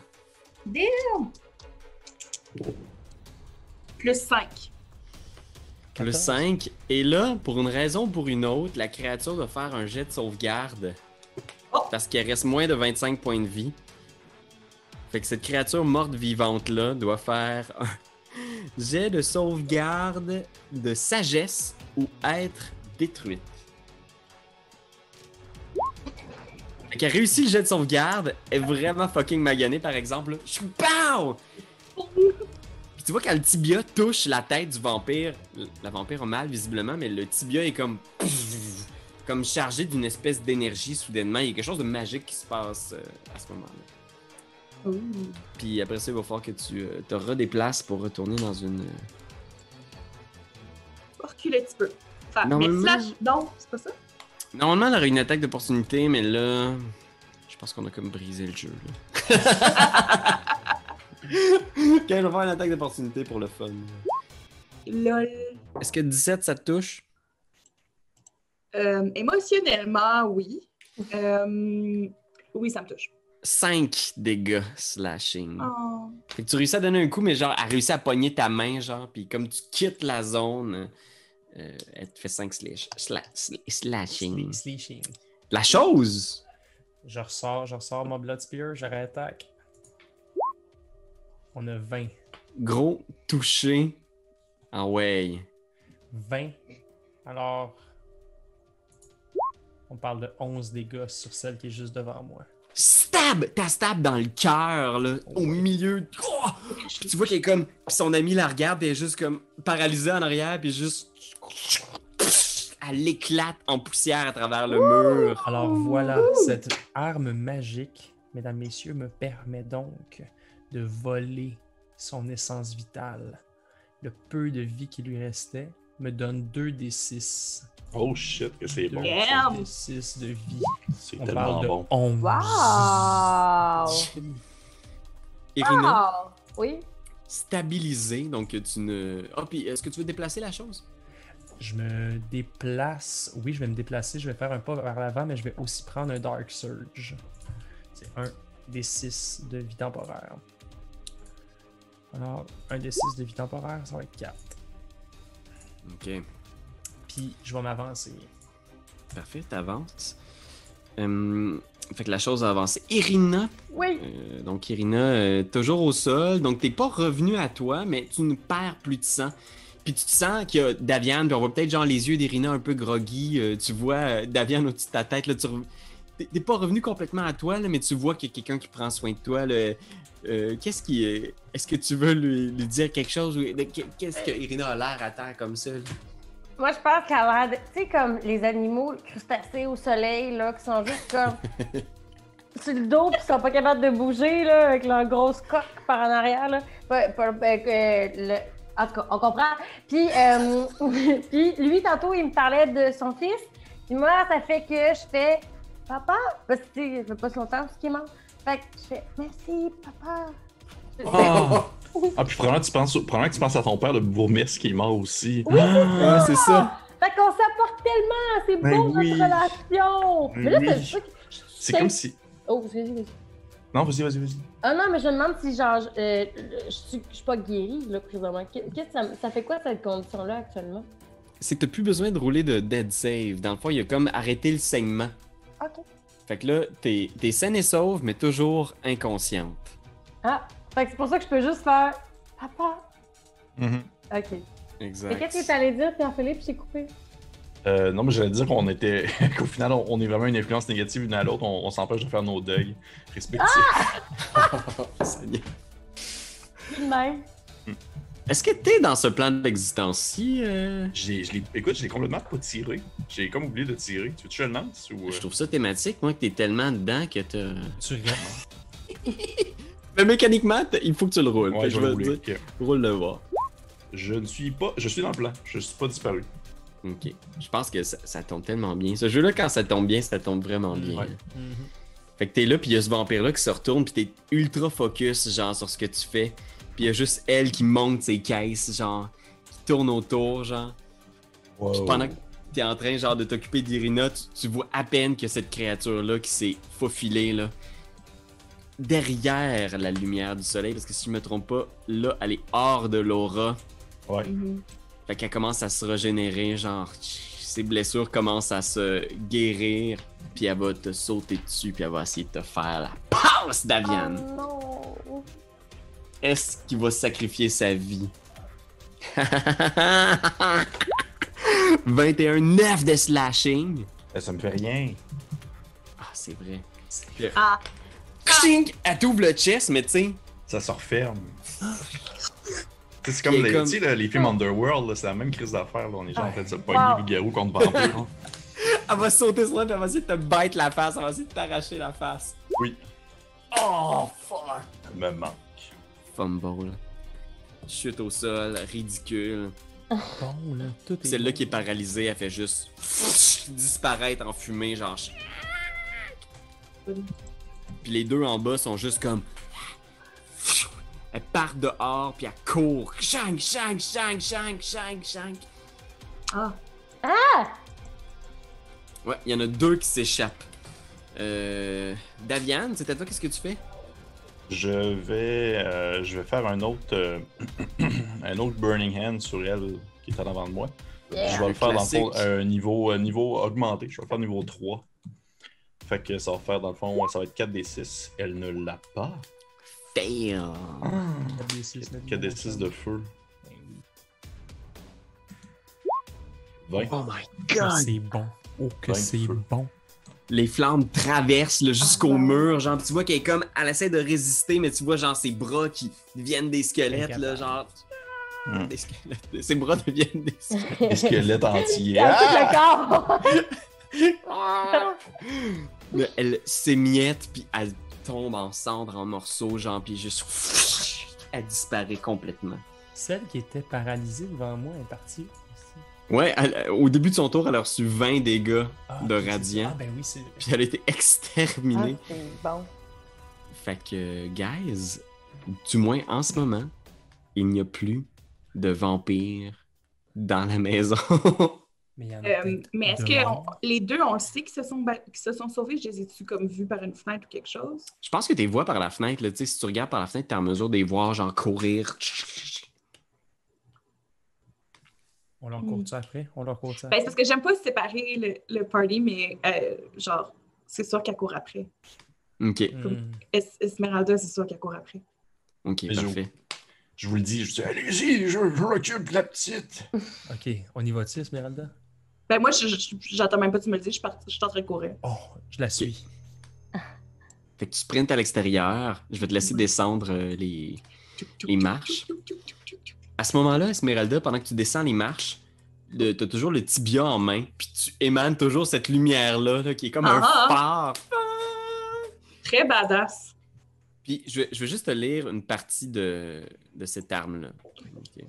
Plus cinq. Plus quatorze. cinq. Et là, pour une raison ou pour une autre, la créature doit faire un jet de sauvegarde. Oh! Parce qu'il reste moins de vingt-cinq points de vie. Fait que cette créature morte vivante-là doit faire un jet de sauvegarde de sagesse ou être détruite. Fait qu'elle réussit le jet de sauvegarde, est vraiment fucking maganée par exemple. Là. Je suis pow! Puis tu vois quand le tibia touche la tête du vampire, la vampire a mal visiblement, mais le tibia est comme comme chargé d'une espèce d'énergie soudainement. Il y a quelque chose de magique qui se passe euh, à ce moment-là. Ouh. Puis après ça, il va falloir que tu euh, te redéplaces pour retourner dans une... euh, Faut reculer un petit peu. Enfin, mais Normalement- slash, non, c'est pas ça? Normalement, on aurait une attaque d'opportunité, mais là... Je pense qu'on a comme brisé le jeu, là. Ok, je vais faire une attaque d'opportunité pour le fun. Lol. Est-ce que dix-sept, ça te touche? Euh, émotionnellement, oui. Euh, oui, ça me touche. cinq dégâts slashing. Oh. Fait que tu réussis à donner un coup, mais genre, elle réussit à pogner ta main, genre, puis comme tu quittes la zone, euh, elle te fait cinq slash, sla- sla- slashing. Sle- Sleeshing. La chose! Je ressors, je ressors mon Blood Spear, je réattaque. On a vingt. Gros touché. Ah ouais. vingt. Alors, on parle de onze dégâts sur celle qui est juste devant moi. Stab! T'as stab dans le cœur, là, au milieu. Oh! Puis tu vois qu'elle est comme. Puis son ami la regarde, puis elle est juste comme paralysée en arrière, puis juste. Elle éclate en poussière à travers le mur. Alors voilà, cette arme magique, mesdames, messieurs, me permet donc de voler son essence vitale. Le peu de vie qui lui restait me donne deux des six. Oh shit, que c'est bon. Yeah. deux des six de vie. C'est On tellement parle de bon. onze. Wow! Irina, Wow! Oui? stabilisé, donc tu ne. Ah, puis est-ce que tu veux déplacer la chose? Je me déplace. Oui, je vais me déplacer. Je vais faire un pas vers l'avant, mais je vais aussi prendre un Dark Surge. C'est un des six de vie temporaire. Alors, un des six de vie temporaire, ça va être quatre. Ok. Puis, je vais m'avancer. Parfait, t'avances. Hum, fait que la chose a avancé. Irina, Oui! euh, donc Irina, euh, toujours au sol. Donc t'es pas revenu à toi, mais tu ne perds plus de sang. Puis tu te sens qu'il y a Daviane, puis on voit peut-être genre les yeux d'Irina un peu groggy. euh, tu vois euh, Daviane au-dessus de ta tête. Là, tu re- t'es, t'es pas revenu complètement à toi, là, mais tu vois qu'il y a quelqu'un qui prend soin de toi. Là. Euh, qu'est-ce qui. euh, est-ce que tu veux lui, lui dire quelque chose? ou- de- Qu'est-ce que Irina a l'air à terre comme ça? là? Moi, je pense qu'elle a l'air de... Tu sais, comme les animaux crustacés au soleil, là, qui sont juste comme... sur le dos, puis ils sont pas capables de bouger, là, avec leur grosse coque par en arrière, là. Pas- pas- euh, euh, le- En tout cas, on comprend. Puis, euh, puis lui, tantôt, il me parlait de son fils. Puis moi, ça fait que je fais... Papa? Parce que, tu sais, ça fait pas si longtemps ce qu'il est mort. Fait que je fais merci, papa. Ah! Ah, puis probablement, tu penses, probablement que tu penses à ton père de Bourgmestre qui est mort aussi. Oui, Ouais, c'est ça. Fait qu'on s'apporte tellement, c'est Ben beau oui. notre relation. Ben Mais là, oui. c'est sûr que. C'est comme si. Oh, vas-y, vas-y. Non, vas-y, vas-y, vas-y. Ah non, mais je me demande si, genre, je, euh, je, suis- je suis pas guérie, là, présentement. Qu'est- Qu'est-ce que ça, ça fait quoi, cette condition-là, actuellement? C'est que t'as plus besoin de rouler de dead save. Dans le fond, il a comme arrêté le saignement. OK. Fait que là, t'es, t'es saine et sauve, mais toujours inconsciente. Ah, fait que c'est pour ça que je peux juste faire papa. Mhm. OK. Mais Exact. qu'est-ce que t'allais dire, Pierre-Philippe, j'ai coupé? Euh, non, mais j'allais dire qu'on était. qu'au final, on, on est vraiment une influence négative l'une à l'autre. On, on s'empêche de faire nos deuils respectifs. Seigneur. De même. Est-ce que t'es dans ce plan d'existence-ci? euh? J'ai, je l'ai- écoute, je l'ai complètement pas tiré. J'ai comme oublié de tirer. Tu veux que je le lance ou. euh? Je trouve ça thématique, moi, que t'es tellement dedans que t'as... Tu regardes. Mais mécaniquement, t'as- il faut que tu le roules. Ouais, Fait que je je vais vais le te dire, rouler. Ok. roule le voir. Je ne suis pas. Je suis dans le plan. Je suis pas disparu. Ok. Je pense que ça, ça tombe tellement bien. Ce jeu-là, quand ça tombe bien, ça tombe vraiment bien. Ouais. Mhm. Fait que t'es là, puis il y a ce vampire-là qui se retourne, puis t'es ultra focus, genre, sur ce que tu fais. Puis il y a juste elle qui monte ses caisses, genre, qui tourne autour, genre. Puis pendant que t'es en train, genre, de t'occuper d'Irina, tu, tu vois à peine que cette créature-là qui s'est faufilée, là, derrière la lumière du soleil, parce que si je me trompe pas, là, elle est hors de l'aura. Ouais. Fait qu'elle commence à se régénérer, genre, ses blessures commencent à se guérir, puis elle va te sauter dessus, puis elle va essayer de te faire la passe d'Aviane. Oh non. Est-ce qu'il va sacrifier sa vie? vingt et un neuf de slashing. Eh, ça me fait rien. Ah, c'est vrai. Puis, Ah, Ching! Elle t'ouvre le chest, mais tu sais, Ça se referme. Tu sais, c'est comme, Il est les, comme- tu sais, là, les films Underworld, là, c'est la même crise d'affaires. Là. On est genre en train de se pogner Wow. loup-garou contre vampire. elle va sauter sur toi, puis elle va essayer de te bite la face, elle va essayer de t'arracher la face. Oui. Oh, fuck! Ça me manque. Fumble. Chute au sol, ridicule. Bon, là, tout est. Celle-là bon. qui est paralysée, elle fait juste disparaître en fumée, genre. Puis les deux en bas sont juste comme. Elle part dehors, puis elle court. Shank, shank, shank, shank, shank, shank. ah. Ouais, il y en a deux qui s'échappent. Euh. Daviane, c'est à toi, qu'est-ce que tu fais? Je vais, euh, je vais faire un autre, euh, un autre Burning Hand sur elle qui est en avant de moi. Yeah. Je vais le faire dans le fond, Classique. un niveau, un niveau augmenté. Je vais le faire niveau trois. Fait que ça va faire dans le fond, ça va être quatre d six. Elle ne l'a pas. Fail. quatre d six, notre quatre d bon six sens. de feu. Ben oui. vingt. Oh my Que god! c'est bon. Oh, que Vingt c'est feu. bon. Les flammes traversent là, jusqu'au Ah. mur, genre pis tu vois qu'elle est comme, elle essaie de résister, mais tu vois genre ses bras qui deviennent des squelettes là, Incapable. genre. Hmm. Des squelettes. Ses bras deviennent des squelettes. Les squelettes entiers. Ah, Ah! tout le corps! Là, elle s'émiette puis elle tombe en cendres, en morceaux, genre pis juste, elle disparaît complètement. Celle qui était paralysée devant moi est partie aussi. Ouais, elle- au début de son tour, elle a reçu vingt dégâts Ah, de ok, c'est ça. radiant, Ah, ben oui, c'est. puis elle a été exterminée. Ah, c'est bon. Fait que, guys, du moins en ce moment, il n'y a plus de vampires dans la maison. Mais, il y en a Euh, peut-être mais est-ce de que morts. on- les deux, on le sait qu'ils se sont, ba- qu'ils se sont sauvés? Je les ai-tu comme vus par une fenêtre ou quelque chose? Je pense que tu les vois par la fenêtre, là, tu sais, si tu regardes par la fenêtre, t'es en mesure de les voir, genre, courir. On leur court ça après? On leur court ça Ben, c'est après? parce que j'aime pas séparer le, le party, mais euh, genre, c'est sûr qu'elle court après. Ok, Hmm. Es- Esmeralda, c'est sûr qu'elle court après. ok, Mais je- parfait. Je vous le dis, je dis, allez-y, je, je m'occupe de la petite. Ok, on y va-tu, Esmeralda? Ben, moi, je- je- j'entends même pas que tu me le dis, je suis partie- je suis en train de courir. Oh, je la suis. Fait que tu sprintes à l'extérieur, je vais te laisser descendre euh, les... Les marches. À ce moment-là, Esmeralda, pendant que tu descends les marches, le- t'as toujours le tibia en main, puis tu émanes toujours cette lumière-là, là, qui est comme un Ah, phare. Très badass. Puis je vais, je vais juste te lire une partie de, de cette arme-là. Ok.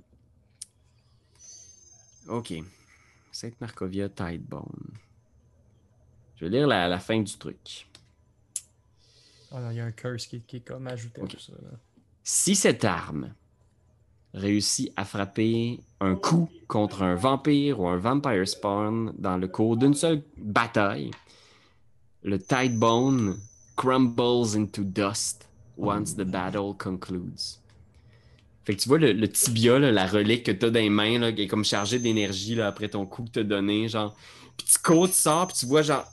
Ok. Sainte Markovia Tidebone. Je vais lire la, la fin du truc. Oh non, il y a un curse qui, qui est comme ajouté Ok. à tout ça. Là. Si cette arme réussit à frapper un coup contre un vampire ou un vampire spawn dans le cours d'une seule bataille, le Tidebone crumbles into dust once the battle concludes. Fait que tu vois le, le tibia, là, la relique que t'as dans les mains, là, qui est comme chargée d'énergie là, après ton coup que t'as donné, genre. Puis tu cours, tu sors, puis tu vois genre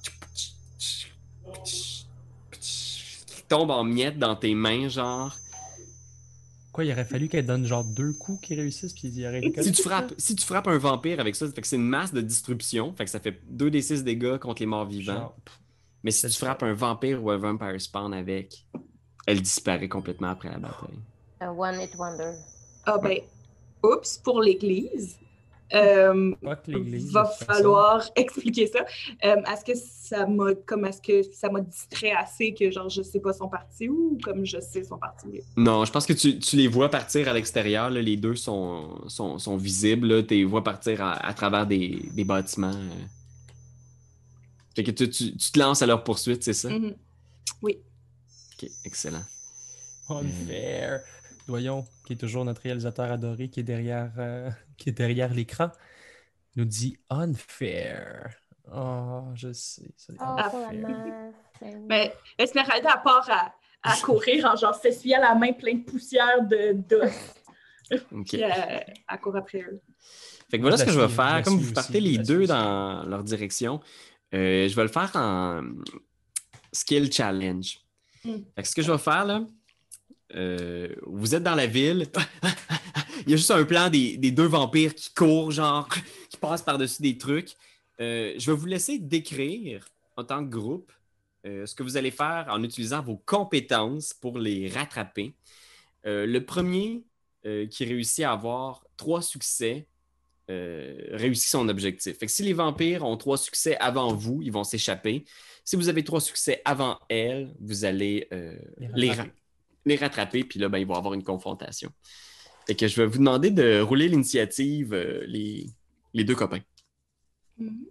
qui tombe en miettes dans tes mains, genre. Quoi, il aurait fallu qu'elle donne genre deux coups qui réussissent, puis il y aurait récolté Si tu ça? frappes, si tu frappes un vampire avec ça, ça fait que c'est une masse de disruption, fait que ça fait deux d six dégâts contre les morts vivants. Genre, pff, Mais si c'est tu du frappes un vampire ou un vampire spawn avec, elle disparaît complètement après la bataille. Un one hit wonder. Ah ben, oups, pour l'église. Euh, fuck l'église. va de toute façon. falloir expliquer ça. Euh, est-ce que ça m'a comme est-ce que ça m'a distrait assez que genre je sais pas son parti ou comme je sais son parti? Non, je pense que tu, tu les vois partir à l'extérieur, là, les deux sont, sont, sont visibles, tu les vois partir à, à travers des, des bâtiments. euh. Fait que tu, tu, tu te lances à leur poursuite, c'est ça? Mhm. Oui. Ok, excellent. Unfair. Voyons, qui est toujours notre réalisateur adoré, qui est derrière, euh, qui est derrière l'écran, nous dit unfair. Oh, je sais. C'est Oh, pour la unfair. masse. Ben oui. Mais Esmeralda, à part à, à courir en genre s'essuyant la main pleine de poussière de d'os, Ok. puis à, à courir après eux. Fait que Moi, voilà je ce que la je vais suis, je faire. la Comme suis vous aussi, partez je les la deux suis aussi. dans leur direction, euh, je vais le faire en skill challenge. Mm. Fait que ce que je vais faire, là, euh, vous êtes dans la ville. Il y a juste un plan des, des deux vampires qui courent, genre, qui passent par-dessus des trucs. Euh, je vais vous laisser décrire, en tant que groupe, euh, ce que vous allez faire en utilisant vos compétences pour les rattraper. Euh, le premier euh, qui réussit à avoir trois succès euh, réussit son objectif. Fait que si les vampires ont trois succès avant vous, ils vont s'échapper. Si vous avez trois succès avant elles, vous allez euh, Les les, rattraper. ra- les rattraper, puis là, ben, ils vont avoir une confrontation. Fait que je vais vous demander de rouler l'initiative, euh, les, les deux copains. Mhm.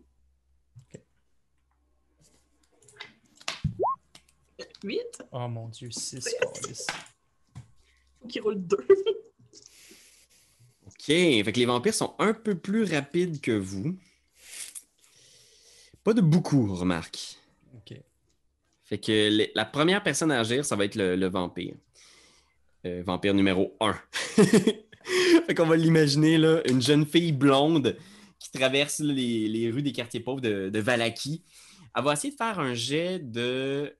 Huit. Oh mon Dieu, six calices. Faut qu'il roule deux. OK. Fait que les vampires sont un peu plus rapides que vous. Pas de beaucoup, remarque. Ok. Fait que les- la première personne à agir, ça va être le, le vampire. Euh, vampire numéro un. Fait qu'on va l'imaginer, là, une jeune fille blonde qui traverse là, les, les rues des quartiers pauvres de, de Valaki. Elle va essayer de faire un jet de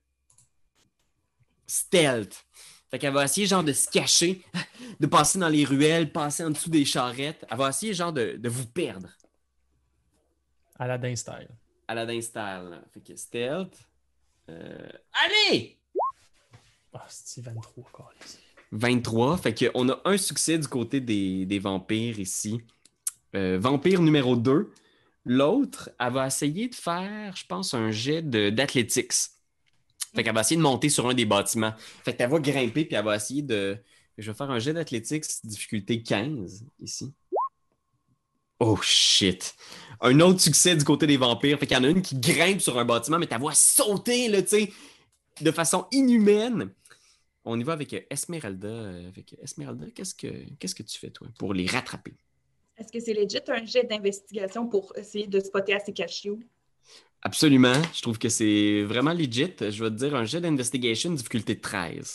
stealth. Fait qu'elle va essayer genre de se cacher, de passer dans les ruelles, passer en dessous des charrettes. Elle va essayer genre de, de vous perdre. Aladdin style. Aladdin style. Là. Fait que stealth. Euh... Allez! Ah, c'est vingt-trois calices. vingt-trois. Fait qu'on a un succès du côté des, des vampires ici. Euh, vampire numéro deux. L'autre, elle va essayer de faire, je pense, un jet de- d'athlétics. Fait qu'elle va essayer de monter sur un des bâtiments. Fait qu'elle va grimper puis elle va essayer de... Je vais faire un jet d'athlétics, difficulté quinze, ici. Oh shit! Un autre succès du côté des vampires. Fait qu'il y en a une qui grimpe sur un bâtiment, mais ta voix sauter, là, tu sais, de façon inhumaine. On y va avec euh, Esmeralda. Euh, Avec Esmeralda, qu'est-ce que, qu'est-ce que tu fais, toi, pour les rattraper? Est-ce que c'est legit un jet d'investigation pour essayer de spotter assez cachou? Absolument. Je trouve que c'est vraiment legit. Je vais te dire un jet d'investigation, difficulté treize.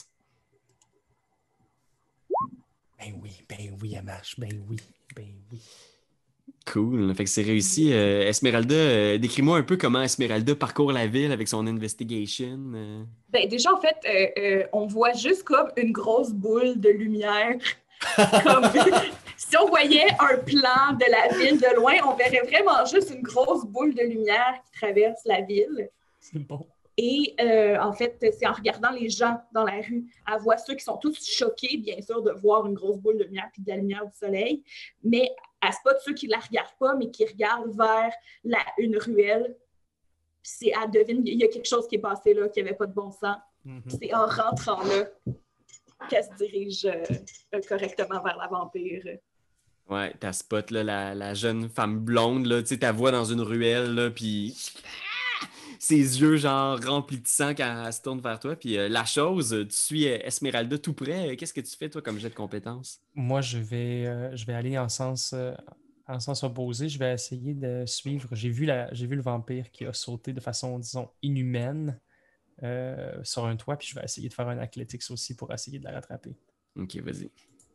Ben oui, ben oui, elle marche. Ben oui, ben oui. Cool. Fait que c'est réussi. Euh, Esmeralda, euh, décris-moi un peu comment Esmeralda parcourt la ville avec son investigation. euh. Ben, déjà, en fait, euh, euh, on voit juste comme une grosse boule de lumière. Comme si on voyait un plan de la ville de loin, on verrait vraiment juste une grosse boule de lumière qui traverse la ville. C'est bon. Et euh, en fait, c'est en regardant les gens dans la rue, elle voit ceux qui sont tous choqués, bien sûr, de voir une grosse boule de lumière puis de la lumière du soleil, mais elle spot ceux qui ne la regardent pas, mais qui regardent vers la, une ruelle. Puis c'est, elle devine, il y a quelque chose qui est passé là, qui n'avait pas de bon sens. Mhm. C'est en rentrant là qu'elle se dirige euh, correctement vers la vampire. Ouais, ta spot, là, la, la jeune femme blonde, là, tu sais, ta voix dans une ruelle, là, puis... ses yeux genre remplis de sang quand elle se tourne vers toi. Puis euh, la chose, tu suis euh, Esmeralda tout près. Qu'est-ce que tu fais, toi, comme jet de compétences? Moi, je vais, euh, je vais aller en sens, euh, en sens opposé. Je vais essayer de suivre. J'ai vu la, j'ai vu le vampire qui a sauté de façon, disons, inhumaine euh, sur un toit. Puis je vais essayer de faire un athletics aussi pour essayer de la rattraper. Ok, vas-y.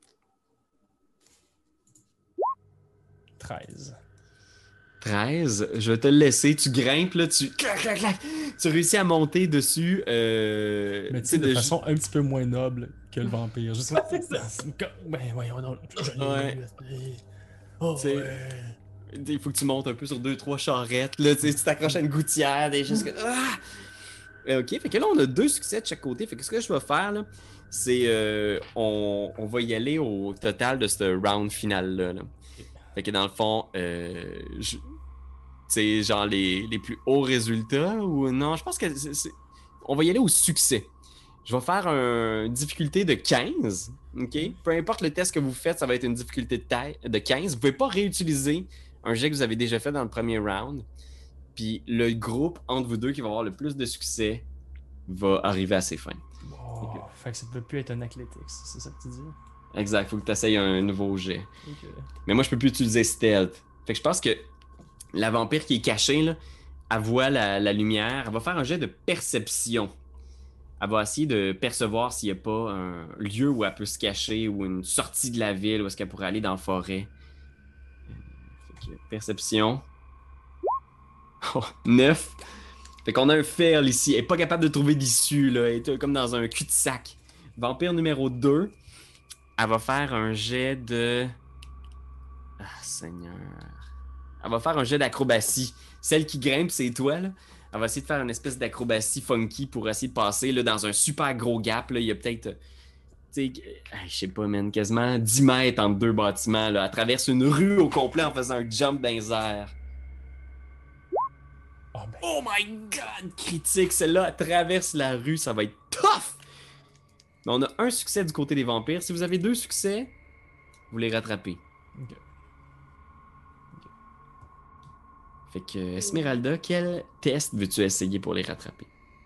treize. treize, je vais te le laisser. Tu grimpes, là, tu... Clac, clac, clac. Tu réussis à monter dessus. Euh... Mais tu tu sais, sais, de de- façon un petit peu moins noble que le vampire. Juste Ouais, c'est ça. Ben, voyons donc. Je l'ai Ouais. eu. Oh, Tu sais, ouais. il faut que tu montes un peu sur deux, trois charrettes. Là, tu sais, tu t'accroches à une gouttière, des choses que. Ah! Euh, Ok, fait que là, on a deux succès de chaque côté. Fait que ce que je vais faire, là, c'est. euh, on, on va y aller au total de ce round final-là. là. Fait que dans le fond, euh, je- tu sais, genre les, les plus hauts résultats ou non, je pense que c'est- c'est- on va y aller au succès. Je vais faire une difficulté de quinze, ok? Peu importe le test que vous faites, ça va être une difficulté de, taille, de quinze. Vous pouvez pas réutiliser un jet que vous avez déjà fait dans le premier round. Puis le groupe entre vous deux qui va avoir le plus de succès va arriver à ses fins. Oh, fait que ça ne peut plus être un athletics, c'est ça que tu dis? Exact, faut que tu essayes un nouveau jet. Ok. Mais moi, je peux plus utiliser stealth. Fait que je pense que la vampire qui est cachée, là, elle voit la, la lumière, elle va faire un jet de perception. Elle va essayer de percevoir s'il n'y a pas un lieu où elle peut se cacher ou une sortie de la ville où est-ce qu'elle pourrait aller dans la forêt. Fait que, perception. Oh, neuf. Fait qu'on a un fail ici. Elle est pas capable de trouver d'issue, là. Elle est comme dans un cul-de-sac. Vampire numéro deux. Elle va faire un jet de... Ah, Seigneur. Elle va faire un jet d'acrobatie. Celle qui grimpe, c'est toi, là. Elle va essayer de faire une espèce d'acrobatie funky pour essayer de passer là, dans un super gros gap. Là. Il y a peut-être, euh, tu sais, euh, je sais pas, man, quasiment dix mètres entre deux bâtiments. Là. Elle traverse une rue au complet en faisant un jump dans les airs. Oh, ben. Oh my god! Critique, celle-là, elle traverse la rue, ça va être tough! Mais on a un succès du côté des vampires. Si vous avez deux succès, vous les rattrapez. Ok. Fait que, Esmeralda, quel test veux-tu essayer pour les rattraper?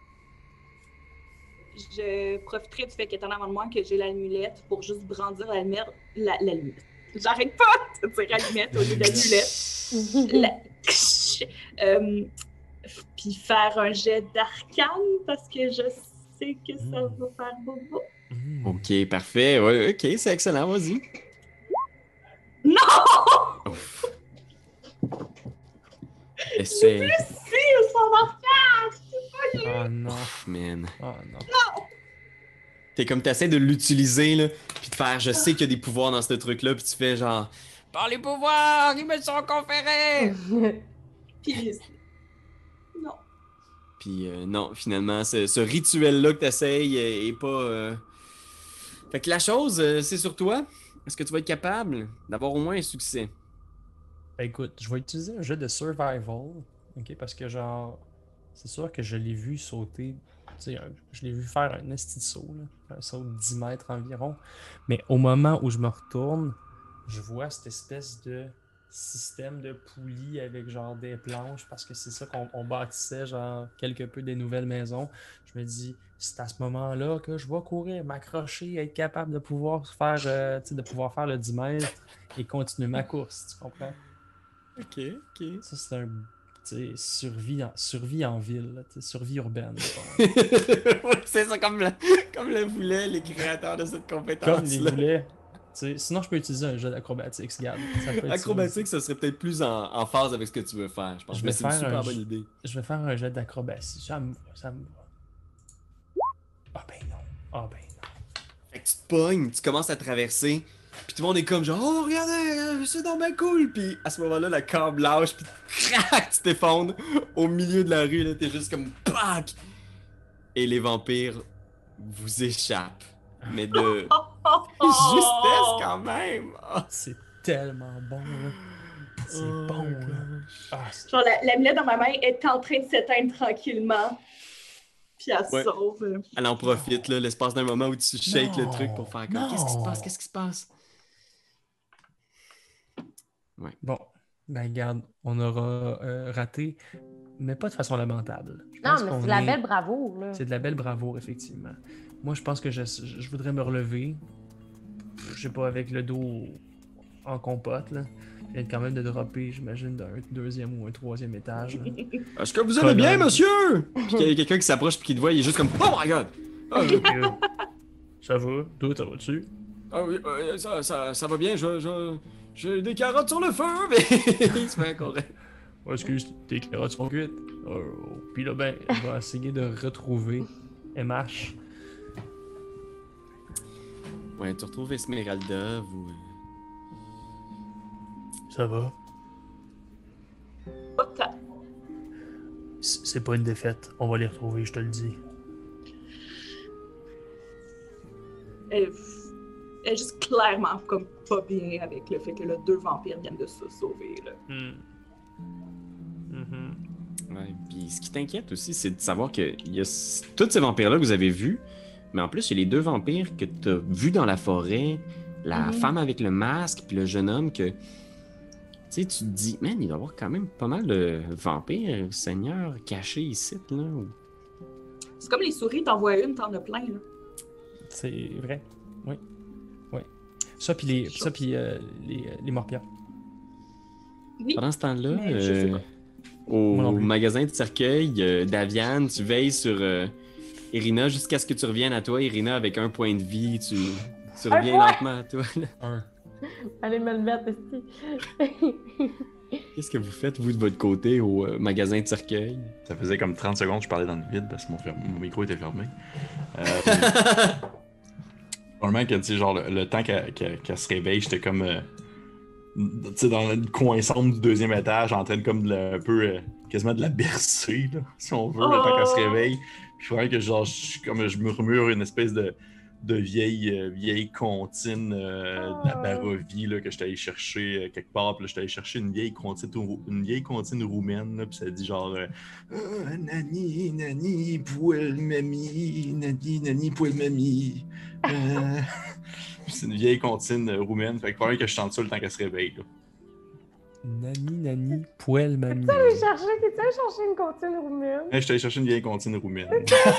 Je profiterai du fait qu'étant avant de moi que j'ai l'amulette pour juste brandir la merde. La, la l'allumette. J'arrête pas de dire allumette au lieu d'allumette. La... euh, Puis faire un jet d'arcane parce que je sais que ça Mm. va faire bobo. Mm. Ok, parfait. Ouais, ok, c'est excellent, vas-y. Non! Ouf. Essaye. Si, ça va faire! Oh non. Ouf, man. Oh non. T'es comme t'essaies de l'utiliser, là, pis de faire, je sais qu'il y a des pouvoirs dans ce truc-là, pis tu fais genre, par les pouvoirs, ils me sont conférés! Puis. Non. Puis euh, non, finalement, ce, ce rituel-là que t'essayes est, est pas. euh, Fait que la chose, euh, c'est sur toi. Est-ce que tu vas être capable d'avoir au moins un succès? Ben, écoute, je vais utiliser un jeu de survival, ok, parce que genre, c'est sûr que je l'ai vu sauter, tu sais, un- je l'ai vu faire un esti de saut, là, un saut de dix mètres environ, mais au moment où je me retourne, je vois cette espèce de système de poulies avec genre des planches, parce que c'est ça qu'on on bâtissait, genre, quelque peu des nouvelles maisons. Je me dis, c'est à ce moment-là que je vais courir, m'accrocher, être capable de pouvoir faire, euh, tu sais, de pouvoir faire le dix mètres et continuer ma course, tu comprends? Ok, ok. Ça, c'est un tu sais, survie en, survie en ville, là, tu sais, survie urbaine. Ouais, c'est ça, comme le, comme le voulaient les créateurs de cette Comme les compétence-là. voulait. Tu sais, sinon, je peux utiliser un jeu d'acrobatics, regarde. Ça peut être ça Acrobatique, aussi. ça serait peut-être plus en, en phase avec ce que tu veux faire, je pense. Je Mais vais c'est une faire super un bonne jeu- idée. Je vais faire un jeu d'acrobatie. Ça me va, ça me va. Ah ben non. Ah ben non. Fait que tu te pognes, tu commences à traverser, puis tout le monde est comme genre, oh regardez, euh, c'est donc bien cool. Puis à ce moment-là, la câble lâche, puis crac, tu t'effondres au milieu de la rue, là, t'es juste comme pac. Et les vampires vous échappent. Mais de justesse quand même. Ah. C'est tellement bon, là. C'est Oh bon, my là. gosh. Ah, c'est- Genre, la, l'amulette dans ma main est en train de s'éteindre tranquillement. Puis elle Ouais. sauve. Elle en profite, là, l'espace d'un moment où tu shakes le Non, truc pour faire comme, non. qu'est-ce qui se passe, qu'est-ce qui se passe? Bon, ben regarde, on aura euh, raté mais pas de façon lamentable. Je Non, pense mais qu'on c'est de la est- belle bravoure, là. C'est de la belle bravoure, effectivement. Moi, je pense que je, je- je voudrais me relever. Je sais pas, avec le dos en compote, là. Je viens quand même de dropper, j'imagine, d'un deuxième ou un troisième étage. là. Est-ce que vous allez bien, Colonne. monsieur? Puis qu'il y a quelqu'un qui s'approche puis qui te voit, il est juste comme Oh my god! Ah, euh, Euh, ça va? Toi, ça va-tu? ah oui, euh, ça, ça, ça va bien, je, je, j'ai des carottes sur le feu, mais il se fait correct. Oh, excuse, tes carottes sont cuites. Oh, puis là, ben, je vais essayer de retrouver M H. Ouais, tu retrouves Esmeralda, vous. Ça va? Pas tant. C- C'est pas une défaite. On va les retrouver, je te le dis. Elle, elle est juste clairement comme pas bien avec le fait que là, deux vampires viennent de se sauver. Là. Hmm. Mhm. Ouais, puis ce qui t'inquiète aussi, c'est de savoir que il y a s- tous ces vampires-là que vous avez vus, mais en plus, il y a les deux vampires que tu as vus dans la forêt, la Mhm. femme avec le masque, puis le jeune homme que. Tu sais, tu te dis, man, il doit y avoir quand même pas mal de vampires, seigneurs, cachés ici, là. ou- C'est comme les souris, t'en vois une, t'en as plein. Là. C'est vrai. Oui. Oui. Ça, puis les, ça, puis, euh, les, les morpions. Oui. Pendant ce temps-là, Mais je sais euh, pas. au Moi non plus. magasin de cercueil, euh, Daviane, tu veilles sur euh, Irina jusqu'à ce que tu reviennes à toi. Irina, avec un point de vie, tu, tu Un reviens point! lentement à toi. là. Un. Allez me le mettre ici. Qu'est-ce que vous faites, vous, de votre côté, au euh, magasin de cercueil? Ça faisait comme trente secondes que je parlais dans le vide parce que mon, fer- mon micro était fermé. Euh, Probablement que, tu sais, genre, le, le temps qu'elle qu'elle- qu'elle se réveille, j'étais comme, euh, tu sais, dans le coin sombre du deuxième étage, en train de, comme, de la- un peu, euh, quasiment de la bercer, là, si on veut, le temps qu'elle se Oh! réveille. Puis il faudrait que, genre, je, comme, je murmure une espèce de, de vieille, euh, vieille comptine euh, de la Oh! Barovie, là, que j'étais allé chercher euh, quelque part. Puis là, j'étais allé chercher une vieille comptine, rou- une vieille comptine roumaine, là, puis ça dit genre euh, Ah, Nani, Nani, poil mamie, Nani, Nani, poil mamie. Euh... C'est une vieille comptine euh, roumaine, fait que probablement que je chante ça le temps qu'elle se réveille. Là. Nani, nani, poêle, mamie. T'es chercher, t'es allé chercher une comptine roumaine? Hey, j'étais allé chercher une vieille comptine roumaine.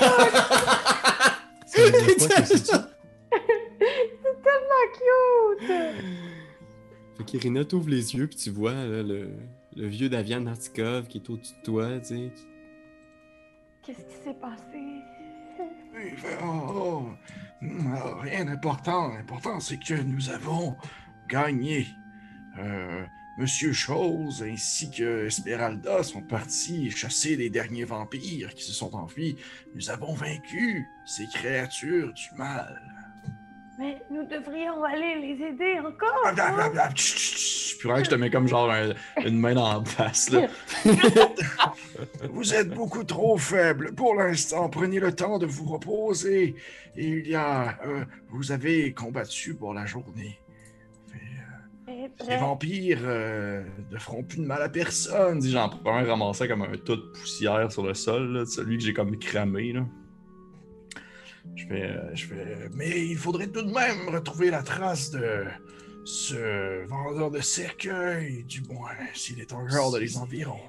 Ça veut dire quoi, que c'est-tu? C'est tellement cute! Fait qu'Irina t'ouvre les yeux, puis tu vois là, le, le vieux Davian Nartikov qui est au-dessus de toi, tu sais. Qu'est-ce qui s'est passé? Il fait, oh, oh, oh, rien d'important. L'important, c'est que nous avons gagné. Euh, Monsieur Chose ainsi que Esmeralda sont partis chasser les derniers vampires qui se sont enfuis. Nous avons vaincu ces créatures du mal. Mais nous devrions aller les aider encore! hein? Blablabla. Chut, chut, chut. Puis vraiment que je te mets comme genre un- une main dans la face. Là. Vous êtes beaucoup trop faible pour l'instant. Prenez le temps de vous reposer. Il y a... euh, vous avez combattu pour la journée. Eh, Les bref. vampires euh, ne feront plus de mal à personne. Dis, j'en prends un ramassé comme un tas de poussière sur le sol, là, celui que j'ai comme cramé. Là. Je fais, euh, je fais, mais il faudrait tout de même retrouver la trace de ce vendeur de cercueil, du moins, s'il est encore dans les environs.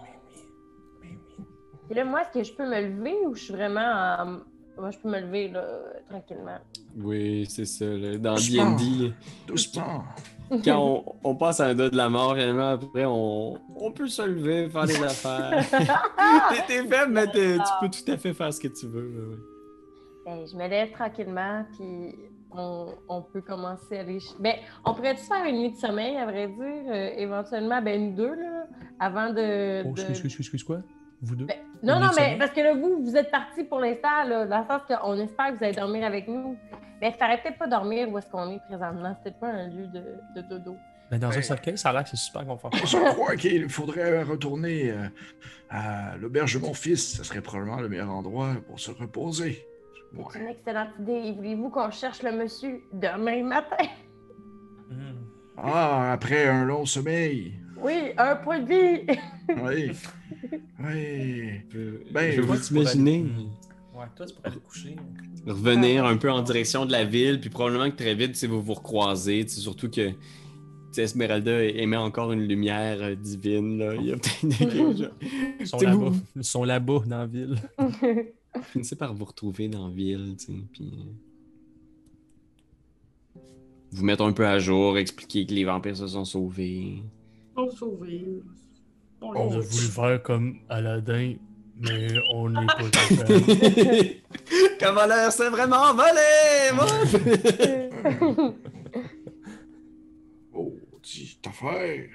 Et là, moi, est-ce que je peux me lever ou je suis vraiment en... Moi, je peux me lever, là, tranquillement. Oui, c'est ça, là, dans D Doucement. and D. Doucement. Quand on, on passe à un dos de la mort, finalement, après, on, on peut se lever, faire des affaires. T'es- T'es faible, mais t'es- tu peux tout à fait faire ce que tu veux. ouais, ouais. Ben, je me lève tranquillement, puis on, on peut commencer à aller... ch- Ben, on pourrait-tu faire une nuit de sommeil, à vrai dire, euh, éventuellement, ben, nous deux, là, avant de... Oh, de- excuse, excuse, excuse, excuse, quoi? Vous deux? Ben, non, Une non, nuit de mais sommeil? parce que là, vous, vous êtes partis pour l'instant, là, dans le sens qu'on espère que vous allez dormir avec nous. Mais ça aurait peut-être pas dormir où est-ce qu'on est présentement. C'est peut-être pas un lieu de, de dodo. Mais dans un Ouais. cercueil, ça a l'air que c'est super confortable. Je crois qu'il faudrait retourner euh, à l'auberge de mon fils. Ce serait probablement le meilleur endroit pour se reposer. C'est Ouais. une excellente idée. Voulez-vous qu'on cherche le monsieur demain matin? Hmm. Ah, après un long sommeil. Oui, un point de vie! Oui. Oui. Euh, Ben, je toi, vous imaginer Ouais, toi, tu pourrais te coucher. revenir un peu en direction de la ville, puis probablement que très vite, tu sais, vous vous recroisez, tu sais, surtout que sais, Esmeralda émet encore une lumière euh, divine, là. Il y a peut-être des gens. Ils sont T'sais, là-bas. vous- Ils sont là-bas dans la ville. Finissez par vous retrouver dans la ville, tu sais, puis... euh, vous mettre un peu à jour, expliquer que les vampires se sont sauvés. On sauvé. On On l'a a sauvé. voulu faire comme Aladdin, mais on n'est pas capable. Comment l'air s'est vraiment volé, moi! Oh, petite affaire.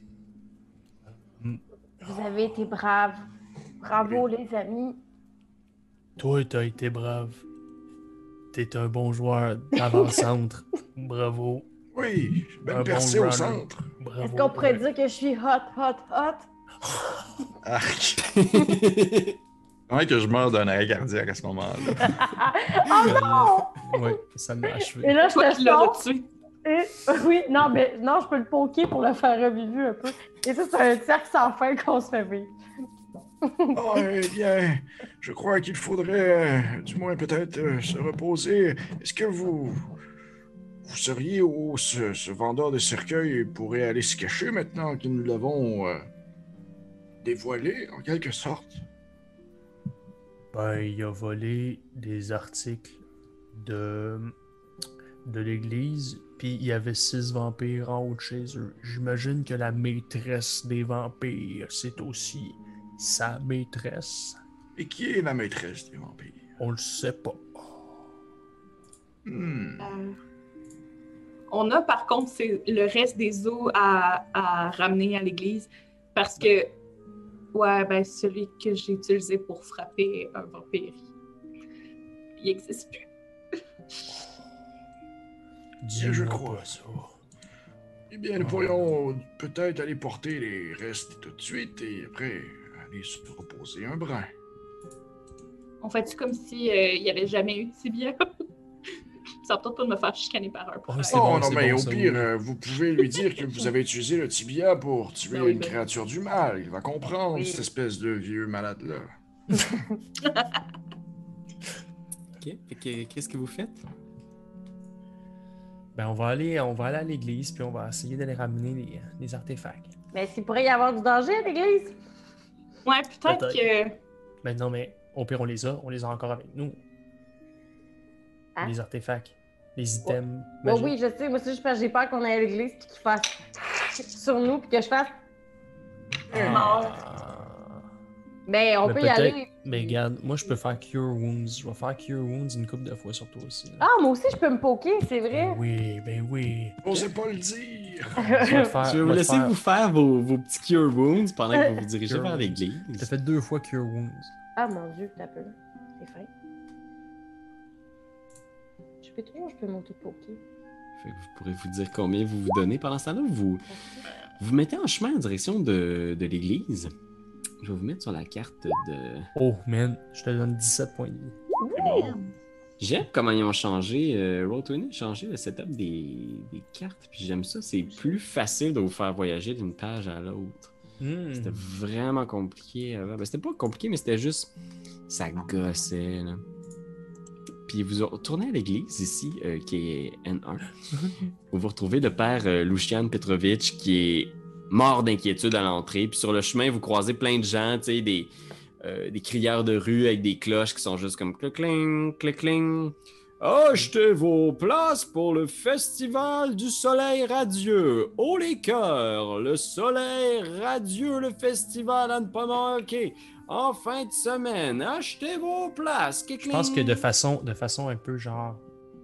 Vous avez été braves. Bravo, les amis. Toi, t'as été brave. T'es un bon joueur d'avant-centre. Bravo. Oui, belle Un percée bon au runner. centre. Bravo. Est-ce qu'on pourrait dire que je suis hot, hot, hot? Arc. Comment que je meurs d'un arrêt cardiaque à ce moment-là? Oh non! Ouais, ça m'a Et achevé. là, je Toi te qui l'auras sors. tué. Et... Oui, non, mais non, je peux le poker pour le faire revivre un peu. Et ça, c'est un cercle sans fin qu'on se fait vivre. Oh, eh bien, je crois qu'il faudrait, euh, du moins peut-être, euh, se reposer. Est-ce que vous, vous seriez où ce, ce vendeur de cercueils pourrait aller se cacher maintenant que nous l'avons euh, dévoilé, en quelque sorte? Ben, il a volé des articles de, de l'église, puis il y avait six vampires en haut de chez eux. J'imagine que la maîtresse des vampires, c'est aussi sa maîtresse. Et qui est la maîtresse des vampires? On le sait pas. Hmm. Euh, on a par contre c'est le reste des os à, à ramener à l'église parce que, ouais, ben celui que j'ai utilisé pour frapper un vampire, il n'existe plus. Dis-moi je crois. pas ça. Eh bien, nous pourrions peut-être aller porter les restes tout de suite et après aller se reposer un brin. On fait-tu comme si euh, il n'y avait jamais eu de tibia? Ça va peut-être pas de me faire chicaner par un Oh, prêtre. c'est Oh bon, non, c'est mais bon, au ça, pire, oui. euh, vous pouvez lui dire que vous avez utilisé le tibia pour tuer Ben oui, une ben. créature du mal. Il va comprendre, Oui. cette espèce de vieux malade-là. Ok, fait que, qu'est-ce que vous faites? Ben, on va aller, on va aller à l'église, puis on va essayer d'aller ramener les, les artefacts. Mais est-ce qu'il pourrait y avoir du danger à l'église? Ouais, peut-être Peut-être. que. Ben non, mais au pire, on les a. On les a encore avec nous. Hein? Les artefacts. Les items Oui, magiques. oui, je sais. Moi aussi, je pense- j'ai peur qu'on aille à l'église puis qu'il fasse sur nous puis que je fasse. Ah. Ben, on Mais peut y peut-être- aller. Mais regarde, moi je peux faire Cure Wounds. Je vais faire Cure Wounds une couple de fois sur toi aussi. là. Ah, moi aussi, je peux me poker, c'est vrai. Ben oui, ben oui. Osez pas le dire! Je vais te faire- Je vais vous te laisser faire- vous faire vos, vos petits Cure Wounds pendant que vous vous dirigez Cure vers Wounds. l'église. T'as fait deux fois Cure Wounds. Ah, mon Dieu, t'as peu. C'est fin. Je peux toujours, je peux monter poker. Fait que vous pourrez vous dire combien vous vous donnez. Pendant ce temps-là, vous vous mettez en chemin en direction de, de l'église. Je vais vous mettre sur la carte de... Oh man, je te donne dix-sept points de vie. J'aime comment ils ont changé, euh, Roll vingt a changé le setup des, des cartes, puis j'aime ça, c'est plus facile de vous faire voyager d'une page à l'autre. Hmm. C'était vraiment compliqué avant. Ben, c'était pas compliqué, mais c'était juste... Ça gossait, là. Puis vous retournez à l'église ici, euh, qui est N un, où vous retrouvez le père euh, Lucian Petrovitch, qui est mort d'inquiétude à l'entrée. Puis sur le chemin, vous croisez plein de gens, tu sais, des... Euh, des crieurs de rue avec des cloches qui sont juste comme clic-cling, clic-cling. Achetez vos places pour le festival du soleil radieux. Oh les cœurs, le soleil radieux, le festival à ne pas manquer. En fin de semaine, achetez vos places. Je pense que de façon, de façon un peu genre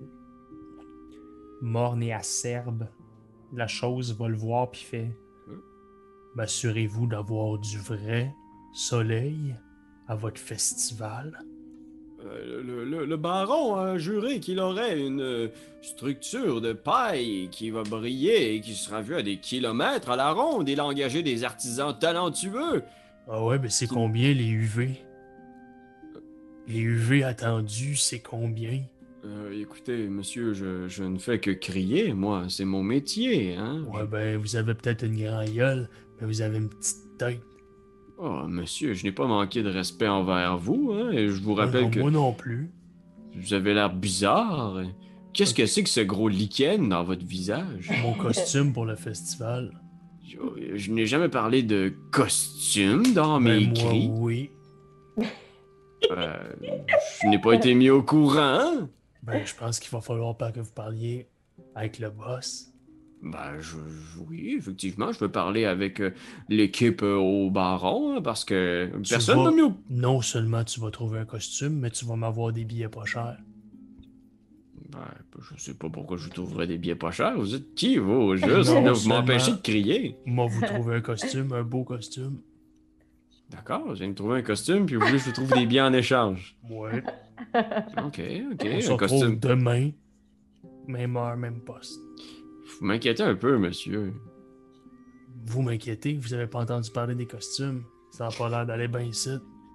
morne et acerbe, la chose va le voir puis fait m'assurez-vous d'avoir du vrai soleil à votre festival. Euh, le, le- le baron a juré qu'il aurait une euh, structure de paille qui va briller et qui sera vue à des kilomètres à la ronde. Il a engagé des artisans talentueux. Ah ouais, mais c'est combien les U V? Les U V attendus, c'est combien? Euh, écoutez, monsieur, je, je ne fais que crier, moi, c'est mon métier, hein. Ouais, ben, vous avez peut-être une grande gueule, mais vous avez une petite tête. Oh, monsieur, je n'ai pas manqué de respect envers vous, hein, et je vous rappelle non, que moi non plus. vous avez l'air bizarre. Qu'est-ce que c'est que ce gros lichen dans votre visage? Mon costume pour le festival. Je, je n'ai jamais parlé de costume dans mes Ben, moi, cris. oui. Euh, je n'ai pas été mis au courant. Ben, je pense qu'il va falloir pas que vous parliez avec le boss. Ben, je, je- oui, effectivement, je veux parler avec euh, l'équipe euh, au baron, hein, parce que Tu personne vas- n'a mis au... Non seulement tu vas trouver un costume, mais tu vas m'avoir des billets pas chers. Ben, je sais pas pourquoi je trouverais des billets pas chers. Vous êtes qui, vous, juste? Non, là, vous seulement- m'empêchez de crier. Moi, vous trouvez un costume, un beau costume. D'accord, je viens de trouver un costume, puis vous voulez que je vous trouve des billets en échange. Ouais. Ok, ok, On se un retrouve costume. demain. Même heure, même poste. Vous m'inquiétez un peu, monsieur. Vous m'inquiétez, vous avez pas entendu parler des costumes. Ça a pas l'air d'aller bien ici.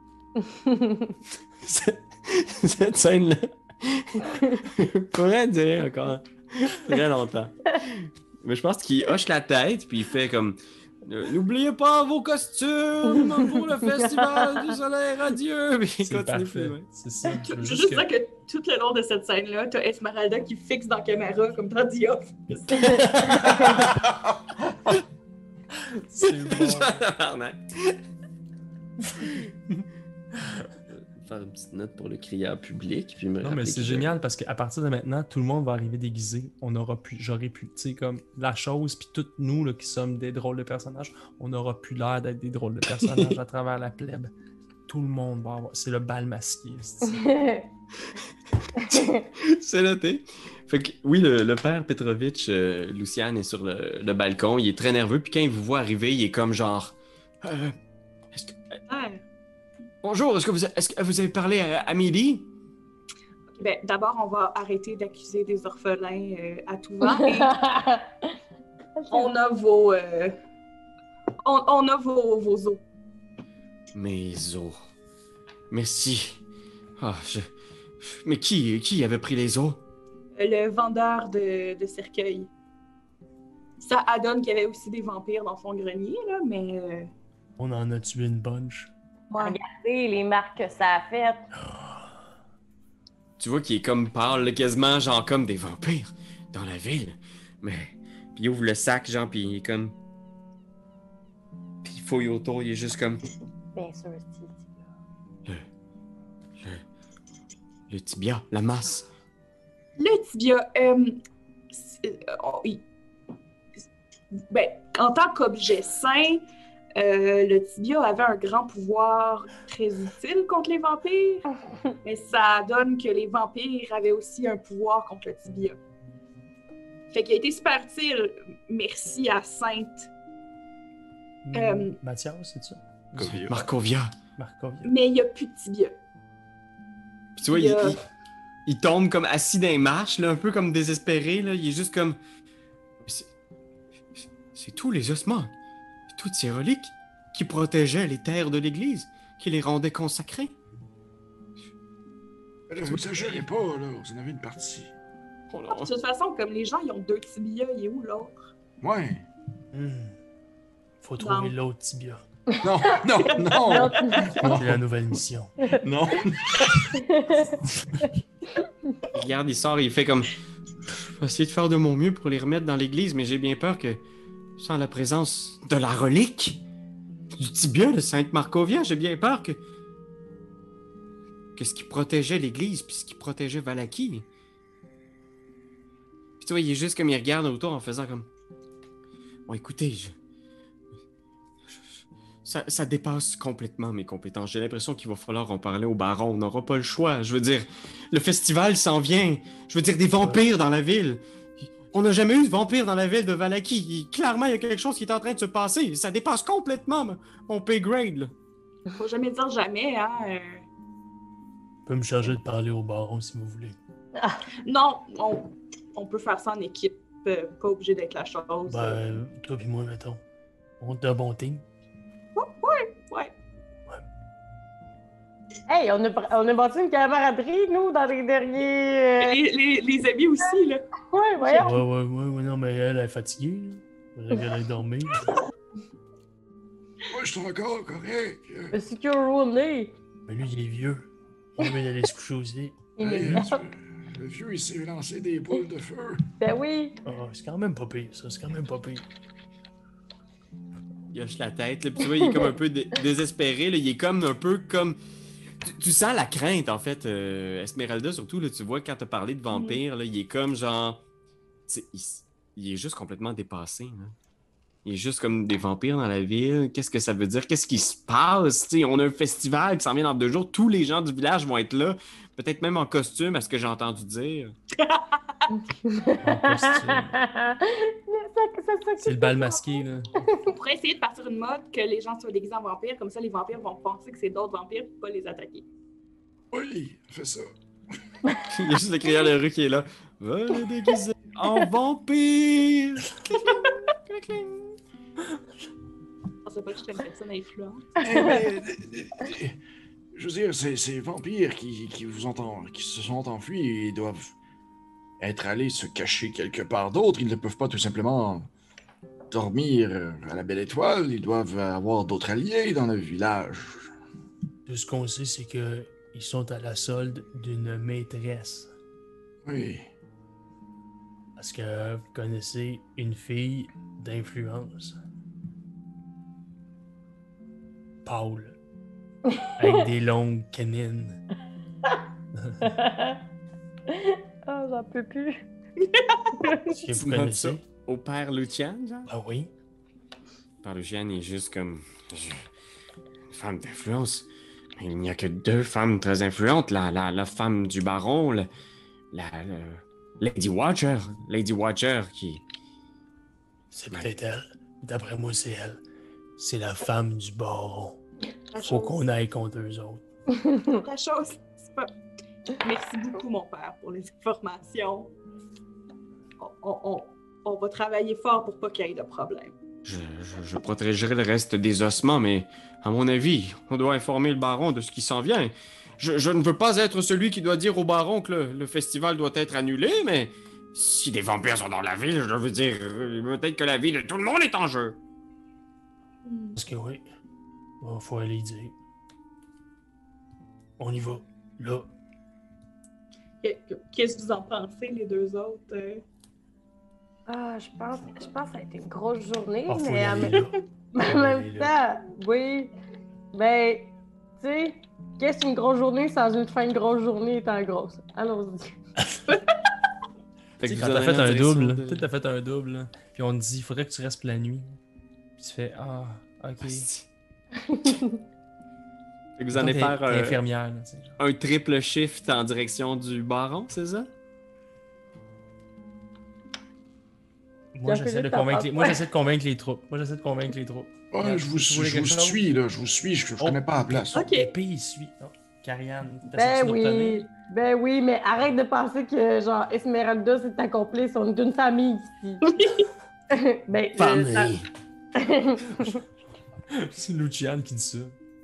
Cette scène-là pourrait durer encore très longtemps. Mais je pense qu'il hoche la tête, puis il fait comme... Euh, N'oubliez pas vos costumes pour le festival du soleil radieux. Puis il C'est continue parfait. plus loin. C'est ça. Je Tu veux veux juste juste que- dire que tout le long de cette scène-là, t'as Esmeralda qui fixe dans la caméra comme dans The Office. C'est bon. Tabarnak. Faire une petite note pour le crieur public. Puis me Non, mais rappeler c'est que- génial parce qu'à partir de maintenant, tout le monde va arriver déguisé. On aura pu, j'aurais pu, tu sais, comme la chose, puis toutes nous là, qui sommes des drôles de personnages, on n'aura plus l'air d'être des drôles de personnages à travers la plèbe. Tout le monde va avoir. C'est le bal masqué. c'est- C'est noté. Fait que, oui, le, le père Petrovitch, euh, Luciane, est sur le, le balcon. Il est très nerveux. Puis quand il vous voit arriver, il est comme genre... Euh, est-ce que- Ah. bonjour, est-ce que, vous, a- est-ce que vous avez parlé à Amélie? Ben, d'abord, on va arrêter d'accuser des orphelins euh, à tout va. Et on a vos... euh, on, on a vos, vos os. Mes os. Merci. Ah, je... Mais qui, qui avait pris les os? Le vendeur de, de cercueils. Ça adonne qu'il y avait aussi des vampires dans son grenier, là, mais... euh, On en a tué une bunch. ouais. Regardez les marques que ça a faites. Tu vois qu'il est comme pâle, là, quasiment genre comme des vampires dans la ville. Mais... Puis il ouvre le sac, genre, puis il est comme... Puis il fouille autour, il est juste comme... Bien sûr, Steve. Le... Le tibia, la masse. Le tibia, euh, c'est- euh, on- il- ben, en tant qu'objet sain, euh, le tibia avait un grand pouvoir très utile contre les vampires, mais ça donne que les vampires avaient aussi un pouvoir contre le tibia. Fait qu'il a été super utile, merci à Sainte, Euh, Mathias, c'est ça? Covia. Markovia. Markovia. mais il n'y a plus de tibia. Puis tu vois, Il il, y a- il- il tombe comme assis dans les marches, là, un peu comme désespéré. Là. Il est juste comme... C'est, c'est tous les ossements, toutes ces reliques qui protégeaient les terres de l'Église, qui les rendaient consacrées. Là, vous exagérez pas, là. Vous en avez une partie. Oh là. De toute façon, comme les gens, ils ont deux tibias, il est où l'autre? Ouais. Hmm. Faut trouver Non. l'autre tibia. Non, non, non, C'est la nouvelle mission. non. Il regarde, il sort, il fait comme... Je vais essayer de faire de mon mieux pour les remettre dans l'église, mais j'ai bien peur que, sans la présence de la relique, du tibia de Sainte Markovia, j'ai bien peur que... que ce qui protégeait l'église, puis ce qui protégeait Valaki. Puis tu vois, il est juste comme il regarde autour en faisant comme... Bon, écoutez, je... Ça, ça dépasse complètement mes compétences. J'ai l'impression qu'il va falloir en parler au baron. On n'aura pas le choix. Je veux dire, le festival s'en vient. Je veux dire, des vampires dans la ville. On n'a jamais eu de vampires dans la ville de Valaki. Il- clairement, il y a quelque chose qui est en train de se passer. Ça dépasse complètement mon- mon pay grade. Là. Faut jamais dire jamais, hein. euh. Je peux me charger de parler au baron si vous voulez. Non, on, on peut faire ça en équipe, euh, pas obligé d'être la chose. Ben, toi puis moi, mettons. On est un bon team. Ouais. Hey, on a, on a bâti une camaraderie, nous, dans les derniers. euh, Les, les, les amis aussi, là. Ouais, Ouais, voyons. ouais, ouais, ouais, non, mais elle, elle est fatiguée. là. Faudrait qu'elle aille dormir. Moi, je suis encore correct. Le secure room, là. Mais lui, il est vieux. Il veut aller se coucher aussi. Il Hey, est tu- le vieux, il s'est lancé des boules de feu. Ben oui. Oh, c'est quand même pas pire, ça. C'est quand même pas pire. Il hoche la tête, là, puis tu vois, il est comme un peu dé- désespéré, là, il est comme un peu comme... Tu, tu sens la crainte, en fait, euh, Esmeralda, surtout, là, tu vois, quand t'as parlé de vampire, là, il est comme genre... tu sais, Il, il est juste complètement dépassé, là. Il est juste comme des vampires dans la ville. Qu'est-ce que ça veut dire? Qu'est-ce qui se passe? T'sais, on a un festival qui s'en vient dans deux jours. Tous les gens du village vont être là. Peut-être même en costume, à ce que j'ai entendu dire. En costume. Ça- ça- ça- C'est le bal masqué, là. On pourrait essayer de partir une mode que les gens soient déguisés en vampires, comme ça les vampires vont penser que c'est d'autres vampires et pas les attaquer. Oui, fais ça. Il y a juste le crieur de rue qui est là. Va le déguiser en vampire! Je pensais pas que j'étais une personne influente. Eh ben, euh, euh, je veux dire, ces, ces vampires qui, qui vous ont en- qui se sont enfuis, ils doivent être allés se cacher quelque part d'autre. Ils ne peuvent pas tout simplement dormir euh, à la belle étoile. Ils doivent avoir d'autres alliés dans le village. Tout ce qu'on sait, c'est que ils sont à la solde d'une maîtresse. Oui. Parce que vous connaissez une fille d'influence. Paul. Avec des longues canines. Ah, j'en peux plus. Est-ce que Tu vous demandes connaissez? ça au père Lucian, genre? Ah oui. Le père Lucian est juste comme... je- Une femme d'influence. Mais il n'y a que deux femmes très influentes. La, la, la femme du baron, la, la, la- Lady Watcher. Lady Watcher qui... C'est peut-être elle. D'après moi, c'est elle. C'est la femme du baron. La Faut chose, qu'on aille contre eux autres. la chose, c'est pas... Merci beaucoup, mon père, pour les informations. On, on, on, on va travailler fort pour pas qu'il y ait de problème. Je, je, je protégerai le reste des ossements, mais à mon avis, on doit informer le baron de ce qui s'en vient. Je, je ne veux pas être celui qui doit dire au baron que le, le festival doit être annulé, mais si des vampires sont dans la ville, je veux dire, euh, peut-être que la vie de tout le monde est en jeu. Parce que oui. Bon, faut aller dire. On y va. Là. Qu'est-ce que vous en pensez, les deux autres? euh? Ah, je pense, je pense que ça a été une grosse journée, Ah, faut y mais en aller, même, là. en Faut y même aller, là. temps, oui. Ben, tu sais, qu'est-ce qu'une grosse journée sans une fin de grosse journée étant grosse? Allons-y. Tu sais, quand t'as fait un double, là, tu sais, t'as fait un double, là, puis on te dit, il faudrait que tu restes pour la nuit. Puis tu fais, ah, ok. Fait que vous allez T'es- faire t'es euh, infirmière, là, tu sais, genre. un triple shift en direction du baron, c'est ça? Moi, J'ai j'essaie de envie de convaincre t'en les... Moi, j'essaie de convaincre les troupes. Moi, j'essaie de convaincre les troupes. Ouais, Regarde, je vous, tu voulais je quelque vous chose? suis, là. Je vous suis. Je, je Oh. connais pas la place. Ok. L'épée suit. Oh, Carianne, t'as Ben sorti oui, d'obtenir? ben oui, mais arrête de penser que, genre, Esmeralda, c'est ta complice. On est une famille ici. ben, euh, Famille. C'est Luciane qui dit ça.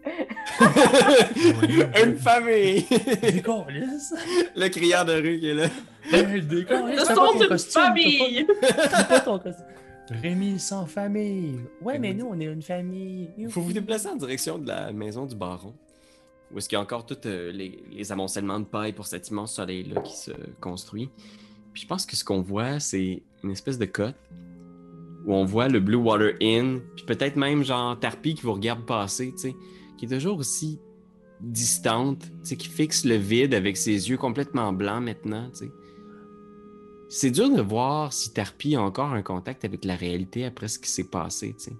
Une famille! Décollisse! Le crieur de rue qui est là. Hey, décollisse! Ce t'as sont pas ton une costume, t'as pas- famille! t'as pas ton costume. Rémi sans famille. Ouais, mais nous, on est une famille. Il faut vous déplacer en direction de la maison du baron. Où est-ce qu'il y a encore tous euh, les, les amoncellements de paille pour cet immense soleil-là qui se construit. Puis je pense que ce qu'on voit, c'est une espèce de cote où on voit le Blue Water Inn, puis peut-être même genre Tarpi qui vous regarde passer, tu sais, qui est toujours aussi distante, tu sais, qui fixe le vide avec ses yeux complètement blancs maintenant, tu sais. C'est dur de voir si Tarpi a encore un contact avec la réalité après ce qui s'est passé, tu sais.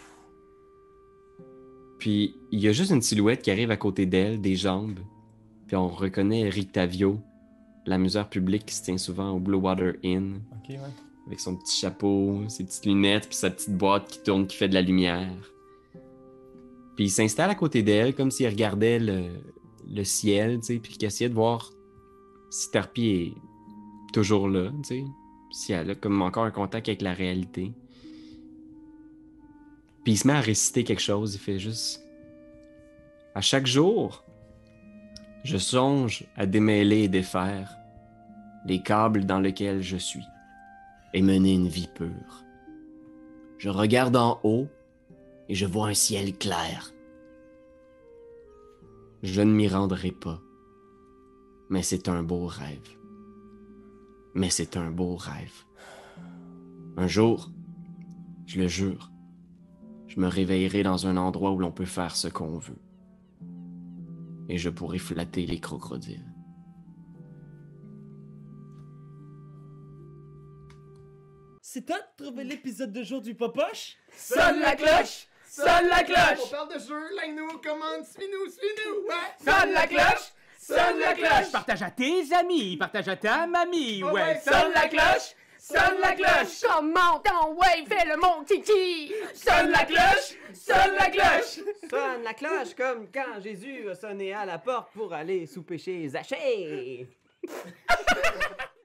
Puis, il y a juste une silhouette qui arrive à côté d'elle, des jambes. Puis on reconnaît Rictavio, l'amuseur public qui se tient souvent au Blue Water Inn, Ok, ouais. avec son petit chapeau, ses petites lunettes, puis sa petite boîte qui tourne, qui fait de la lumière. Puis il s'installe à côté d'elle, comme s'il regardait le, le ciel, tu sais, puis qu'il essayait de voir si Tarpi est toujours là, tu sais, si elle a comme encore un contact avec la réalité. Puis il se met à réciter quelque chose, il fait juste... À chaque jour, je songe à démêler et défaire les câbles dans lesquels je suis et mener une vie pure. Je regarde en haut et je vois un ciel clair. Je ne m'y rendrai pas, mais c'est un beau rêve. Mais c'est un beau rêve. Un jour, je le jure, je me réveillerai dans un endroit où l'on peut faire ce qu'on veut. Et je pourrai flatter les crocodiles. C'est toi de trouver l'épisode de jour du Popoche? Sonne la cloche! Sonne la On cloche! parle de jeu, like-nous, commande, suis-nous, suis-nous! Ouais. Sonne la cloche! Sonne la cloche! Partage à tes amis, partage à ta mamie, Oh ouais. ouais, Sonne la cloche! Sonne la cloche! Comment ton wave fait le mon kiki? Sonne la cloche! Sonne la cloche! Sonne la cloche comme quand Jésus a sonné à la porte pour aller souper chez Zachée.